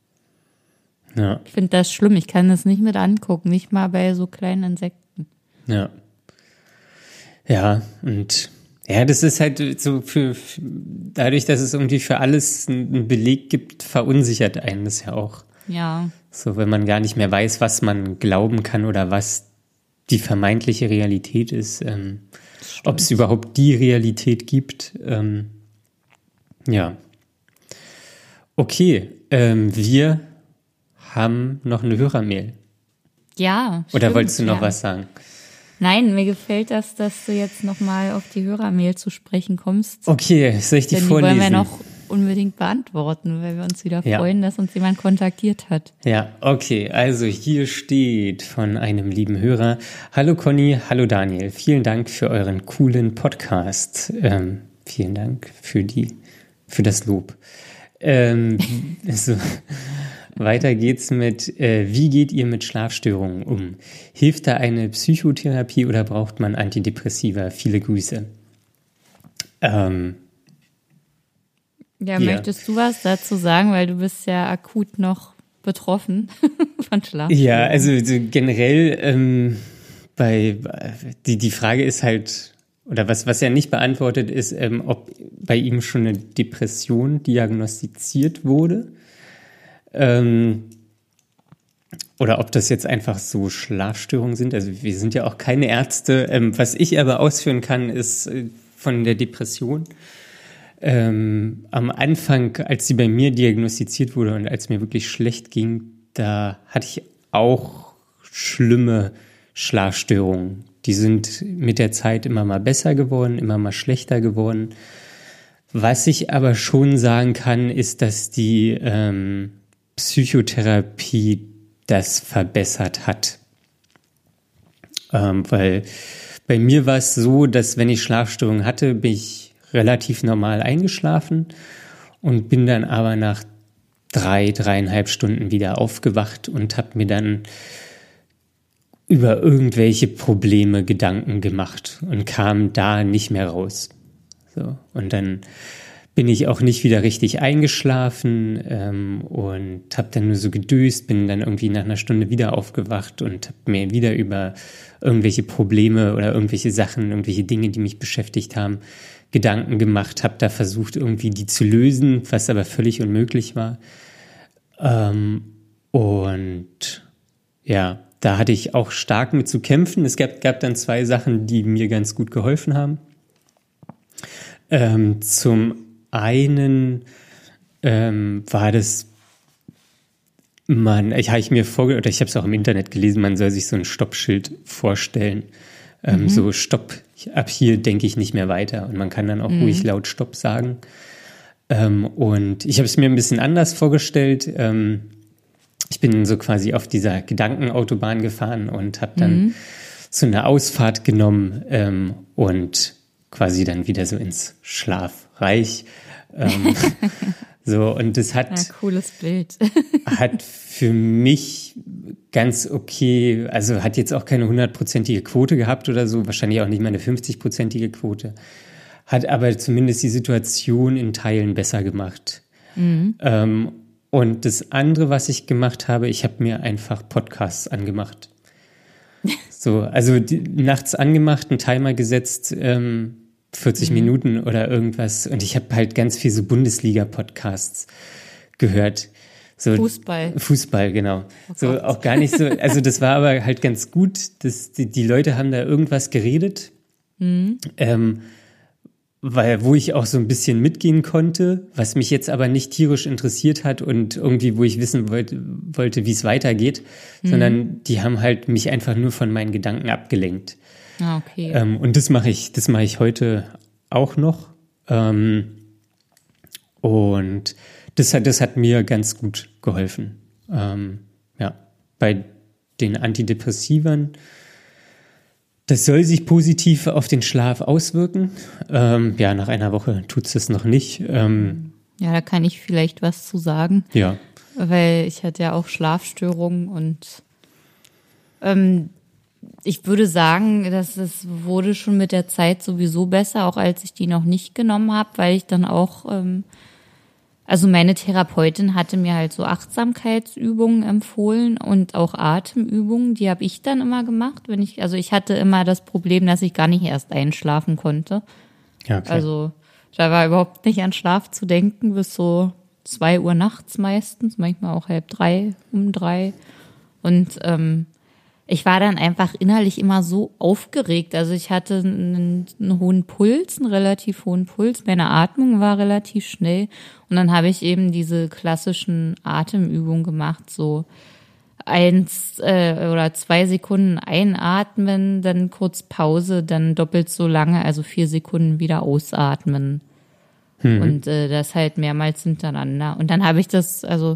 Ja, Ich finde das schlimm. Ich kann das nicht mit angucken, nicht mal bei so kleinen Insekten. ja. Ja, und ja, das ist halt so für, für dadurch, dass es irgendwie für alles einen Beleg gibt, verunsichert einen das ja auch. Ja, So, wenn man gar nicht mehr weiß, was man glauben kann oder was die vermeintliche Realität ist, ähm, ob es überhaupt die Realität gibt. Ähm, ja. Okay, ähm, wir haben noch eine Hörermail. ja. Oder stimmt, wolltest du noch ja. was sagen? Nein, mir gefällt das, dass du jetzt nochmal auf die Hörermail zu sprechen kommst. Okay, soll ich die Denn die vorlesen? wollen wir noch unbedingt beantworten, weil wir uns wieder Ja. freuen, dass uns jemand kontaktiert hat. Ja, okay, also hier steht von einem lieben Hörer: Hallo Conny, hallo Daniel, vielen Dank für euren coolen Podcast. Ähm, vielen Dank für die, für das Lob. Ähm, so, Weiter geht's mit, äh, wie geht ihr mit Schlafstörungen um? Hilft da eine Psychotherapie oder braucht man Antidepressiva? Viele Grüße. Ähm, ja, ja, möchtest du was dazu sagen, weil du bist ja akut noch betroffen von Schlafstörungen? Ja, also so generell ähm, bei die die Frage ist halt, oder was was er nicht beantwortet ist, ähm, ob bei ihm schon eine Depression diagnostiziert wurde. Ähm, oder ob das jetzt einfach so Schlafstörungen sind. Also wir sind ja auch keine Ärzte. Ähm, was ich aber ausführen kann, ist äh, von der Depression. Ähm, am Anfang, als sie bei mir diagnostiziert wurde und als mir wirklich schlecht ging, da hatte ich auch schlimme Schlafstörungen. Die sind mit der Zeit immer mal besser geworden, immer mal schlechter geworden. Was ich aber schon sagen kann, ist, dass die ähm, Psychotherapie das verbessert hat. Ähm, weil bei mir war es so, dass wenn ich Schlafstörungen hatte, bin ich relativ normal eingeschlafen und bin dann aber nach drei, dreieinhalb Stunden wieder aufgewacht und habe mir dann über irgendwelche Probleme Gedanken gemacht und kam da nicht mehr raus. So, und dann bin ich auch nicht wieder richtig eingeschlafen ähm, und habe dann nur so gedöst, bin dann irgendwie nach einer Stunde wieder aufgewacht und habe mir wieder über irgendwelche Probleme oder irgendwelche Sachen, irgendwelche Dinge, die mich beschäftigt haben, Gedanken gemacht, habe da versucht, irgendwie die zu lösen, was aber völlig unmöglich war. Ähm, und ja, da hatte ich auch stark mit zu kämpfen. Es gab, gab dann zwei Sachen, die mir ganz gut geholfen haben. Ähm, zum einen ähm, war das, man, ich habe ich mir vorge- oder ich habe es auch im Internet gelesen, man soll sich so ein Stoppschild vorstellen. Ähm, mhm. So Stopp, ab hier denke ich nicht mehr weiter. Und man kann dann auch mhm. ruhig laut Stopp sagen. Ähm, und ich habe es mir ein bisschen anders vorgestellt. Ähm, ich bin so quasi auf dieser Gedankenautobahn gefahren und habe dann mhm. so eine Ausfahrt genommen ähm, und quasi dann wieder so ins Schlafreich. Ähm, so, und das hat, ja, cooles Bild. hat für mich ganz okay, also hat jetzt auch keine hundertprozentige Quote gehabt oder so, wahrscheinlich auch nicht mal eine fünfzigprozentige Quote, hat aber zumindest die Situation in Teilen besser gemacht. Mhm. Ähm, und das andere, was ich gemacht habe, ich habe mir einfach Podcasts angemacht. So, also die, nachts angemacht, einen Timer gesetzt, ähm, vierzig mhm. Minuten oder irgendwas. Und ich habe halt ganz viel so Bundesliga-Podcasts gehört. So, Fußball. Fußball, genau. Oh so Gott. Auch gar nicht so, also das war aber halt ganz gut, dass die, die Leute haben da irgendwas geredet, mhm. ähm, weil, wo ich auch so ein bisschen mitgehen konnte, was mich jetzt aber nicht tierisch interessiert hat und irgendwie, wo ich wissen wollte, wollte wie es weitergeht, mhm. sondern die haben halt mich einfach nur von meinen Gedanken abgelenkt. Ah, okay. Ähm, und das mache ich, das mache ich heute auch noch. Ähm, und das hat, das hat mir ganz gut geholfen. Ähm, ja, bei den Antidepressivern, das soll sich positiv auf den Schlaf auswirken. Ähm, ja, nach einer Woche tut es das noch nicht. Ähm, ja, da kann ich vielleicht was zu sagen. Ja. Weil ich hatte ja auch Schlafstörungen und ähm, ich würde sagen, dass es wurde schon mit der Zeit sowieso besser, auch als ich die noch nicht genommen habe, weil ich dann auch, ähm, also meine Therapeutin hatte mir halt so Achtsamkeitsübungen empfohlen und auch Atemübungen, die habe ich dann immer gemacht, wenn ich, also ich hatte immer das Problem, dass ich gar nicht erst einschlafen konnte. Ja, okay. Also da war überhaupt nicht an Schlaf zu denken, bis so zwei Uhr nachts meistens, manchmal auch halb drei, um drei. Und ähm, ich war dann einfach innerlich immer so aufgeregt. Also ich hatte einen, einen hohen Puls, einen relativ hohen Puls. Meine Atmung war relativ schnell. Und dann habe ich eben diese klassischen Atemübungen gemacht, so eins äh, oder zwei Sekunden einatmen, dann kurz Pause, dann doppelt so lange, also vier Sekunden wieder ausatmen. Hm. Und äh, das halt mehrmals hintereinander. Und dann habe ich das, also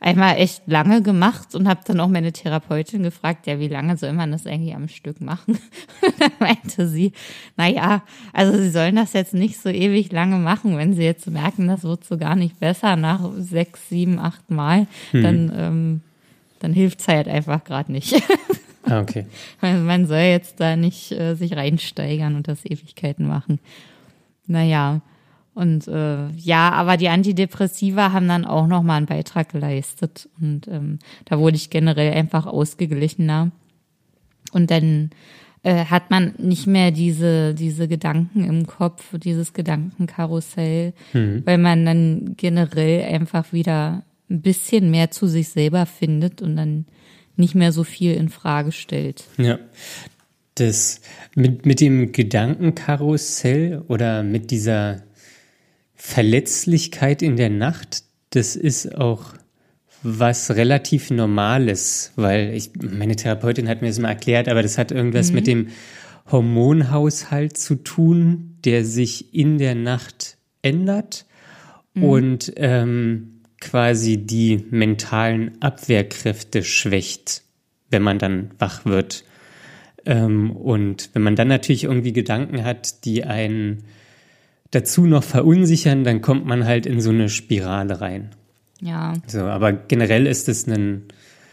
einmal echt lange gemacht und habe dann auch meine Therapeutin gefragt, ja, wie lange soll man das eigentlich am Stück machen? Und dann meinte sie, naja, also sie sollen das jetzt nicht so ewig lange machen. Wenn sie jetzt merken, das wird so gar nicht besser nach sechs, sieben, acht Mal, hm. dann, ähm, dann hilft's halt einfach gerade nicht. Ah, okay. Man soll jetzt da nicht äh, sich reinsteigern und das Ewigkeiten machen. Naja, und äh, ja, aber die Antidepressiva haben dann auch nochmal einen Beitrag geleistet. Und ähm, da wurde ich generell einfach ausgeglichener. Und dann äh, hat man nicht mehr diese diese Gedanken im Kopf, dieses Gedankenkarussell, mhm. weil man dann generell einfach wieder ein bisschen mehr zu sich selber findet und dann nicht mehr so viel in Frage stellt. Ja, das mit, mit dem Gedankenkarussell oder mit dieser Verletzlichkeit in der Nacht, das ist auch was relativ Normales, weil ich, meine Therapeutin hat mir das mal erklärt, aber das hat irgendwas mhm. mit dem Hormonhaushalt zu tun, der sich in der Nacht ändert mhm. und ähm, quasi die mentalen Abwehrkräfte schwächt, wenn man dann wach wird. Ähm, und wenn man dann natürlich irgendwie Gedanken hat, die einen dazu noch verunsichern, dann kommt man halt in so eine Spirale rein. Ja. So, aber generell ist es ein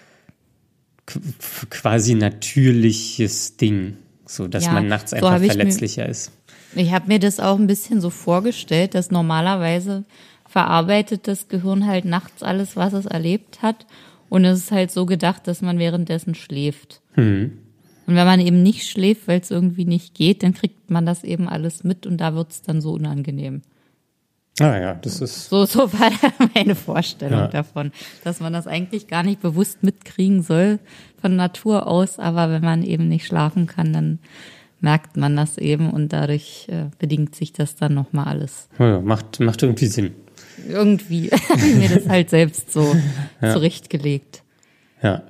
k- quasi natürliches Ding, so dass ja, man nachts einfach so verletzlicher mir, ist. Ich habe mir das auch ein bisschen so vorgestellt, dass normalerweise verarbeitet das Gehirn halt nachts alles, was es erlebt hat. Und es ist halt so gedacht, dass man währenddessen schläft. Hm. Und wenn man eben nicht schläft, weil es irgendwie nicht geht, dann kriegt man das eben alles mit und da wird es dann so unangenehm. Ah ja, das ist... So, so war meine Vorstellung ja. davon, dass man das eigentlich gar nicht bewusst mitkriegen soll von Natur aus, aber wenn man eben nicht schlafen kann, dann merkt man das eben und dadurch äh, bedingt sich das dann nochmal alles. Ja, macht, macht irgendwie Sinn. Irgendwie habe ich mir das halt selbst so ja. zurechtgelegt. Ja.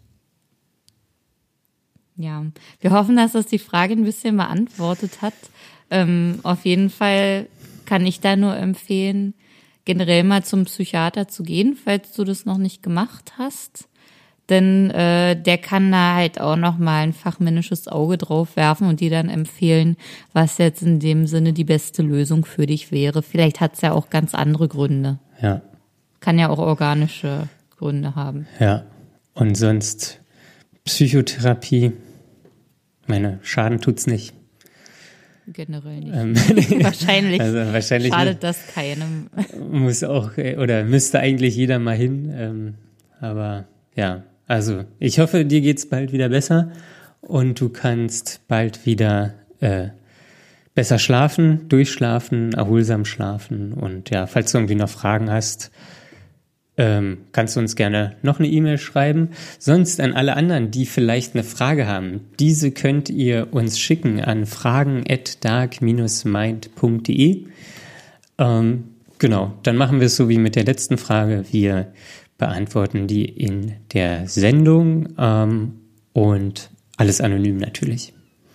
Ja, wir hoffen, dass das die Frage ein bisschen beantwortet hat. Ähm, auf jeden Fall kann ich da nur empfehlen, generell mal zum Psychiater zu gehen, falls du das noch nicht gemacht hast. Denn äh, der kann da halt auch noch mal ein fachmännisches Auge drauf werfen und dir dann empfehlen, was jetzt in dem Sinne die beste Lösung für dich wäre. Vielleicht hat es ja auch ganz andere Gründe. Ja. Kann ja auch organische Gründe haben. Ja. Und sonst Psychotherapie, meine, Schaden tut's nicht. Generell nicht. Ähm, wahrscheinlich, also wahrscheinlich schadet das keinem. Muss auch, oder müsste eigentlich jeder mal hin. Ähm, aber ja. Also, ich hoffe, dir geht's bald wieder besser und du kannst bald wieder äh, besser schlafen, durchschlafen, erholsam schlafen. Und ja, falls du irgendwie noch Fragen hast, ähm, kannst du uns gerne noch eine E-Mail schreiben. Sonst an alle anderen, die vielleicht eine Frage haben, diese könnt ihr uns schicken an fragen at dark dash mind punkt de. Ähm, genau, dann machen wir es so wie mit der letzten Frage. Wir beantworten die in der Sendung ähm, und alles anonym natürlich.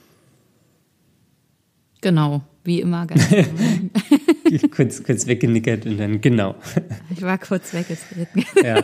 Genau, wie immer ganz anonym. kurz, kurz weggenickert und dann genau. Ich war kurz weggetreten. Ja.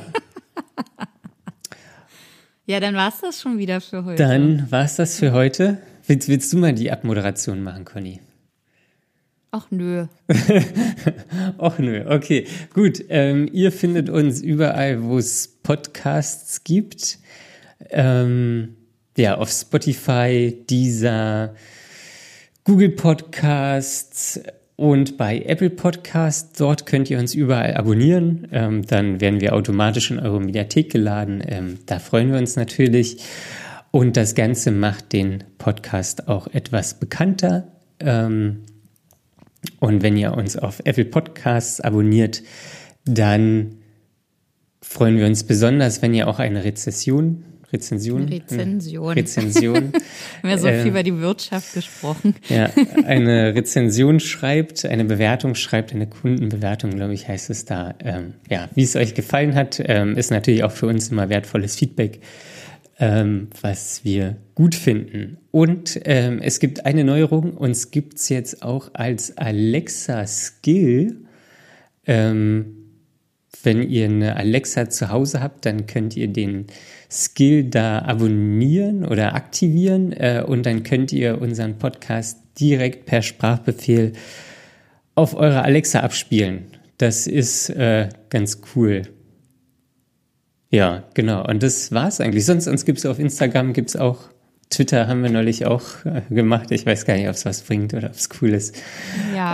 Ja, dann war es das schon wieder für heute. Dann war es das für heute. Willst, willst du mal die Abmoderation machen, Conny? Ach nö. Ach nö, okay. Gut, ähm, ihr findet uns überall, wo es Podcasts gibt. Ähm, ja, auf Spotify, Deezer, Google Podcasts und bei Apple Podcasts. Dort könnt ihr uns überall abonnieren. Ähm, dann werden wir automatisch in eure Mediathek geladen. Ähm, da freuen wir uns natürlich. Und das Ganze macht den Podcast auch etwas bekannter. Ähm, Und wenn ihr uns auf Apple Podcasts abonniert, dann freuen wir uns besonders, wenn ihr auch eine Rezession, Rezension, Rezension, Rezension, wir haben ja so äh, viel über die Wirtschaft gesprochen. Ja, eine Rezension schreibt, eine Bewertung schreibt, eine Kundenbewertung, glaube ich, heißt es da. Ähm, ja, wie es euch gefallen hat, ähm, ist natürlich auch für uns immer wertvolles Feedback, ähm, was wir gut finden. Und ähm, es gibt eine Neuerung, uns gibt es jetzt auch als Alexa-Skill ähm, wenn ihr eine Alexa zu Hause habt, dann könnt ihr den Skill da abonnieren oder aktivieren äh, und dann könnt ihr unseren Podcast direkt per Sprachbefehl auf eure Alexa abspielen. Das ist äh, ganz cool. Ja, genau. Und das war's eigentlich. Sonst, sonst gibt's auf Instagram, gibt's auch, Twitter haben wir neulich auch äh, gemacht. Ich weiß gar nicht, ob es was bringt oder ob es cool ist. Ja,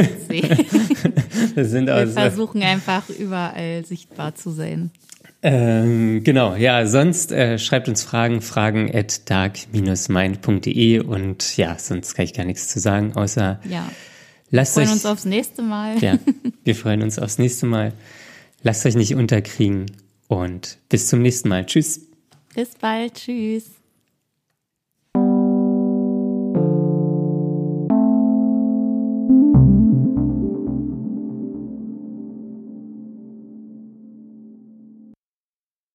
das sind wir auch so, versuchen einfach überall sichtbar zu sein. Ähm, genau, ja, sonst äh, schreibt uns Fragen, fragen at dark dash mind punkt de und ja, sonst kann ich gar nichts zu sagen, außer ja. lasst wir freuen euch, uns aufs nächste Mal. Ja, wir freuen uns aufs nächste Mal. Lasst euch nicht unterkriegen und bis zum nächsten Mal. Tschüss. Bis bald. Tschüss.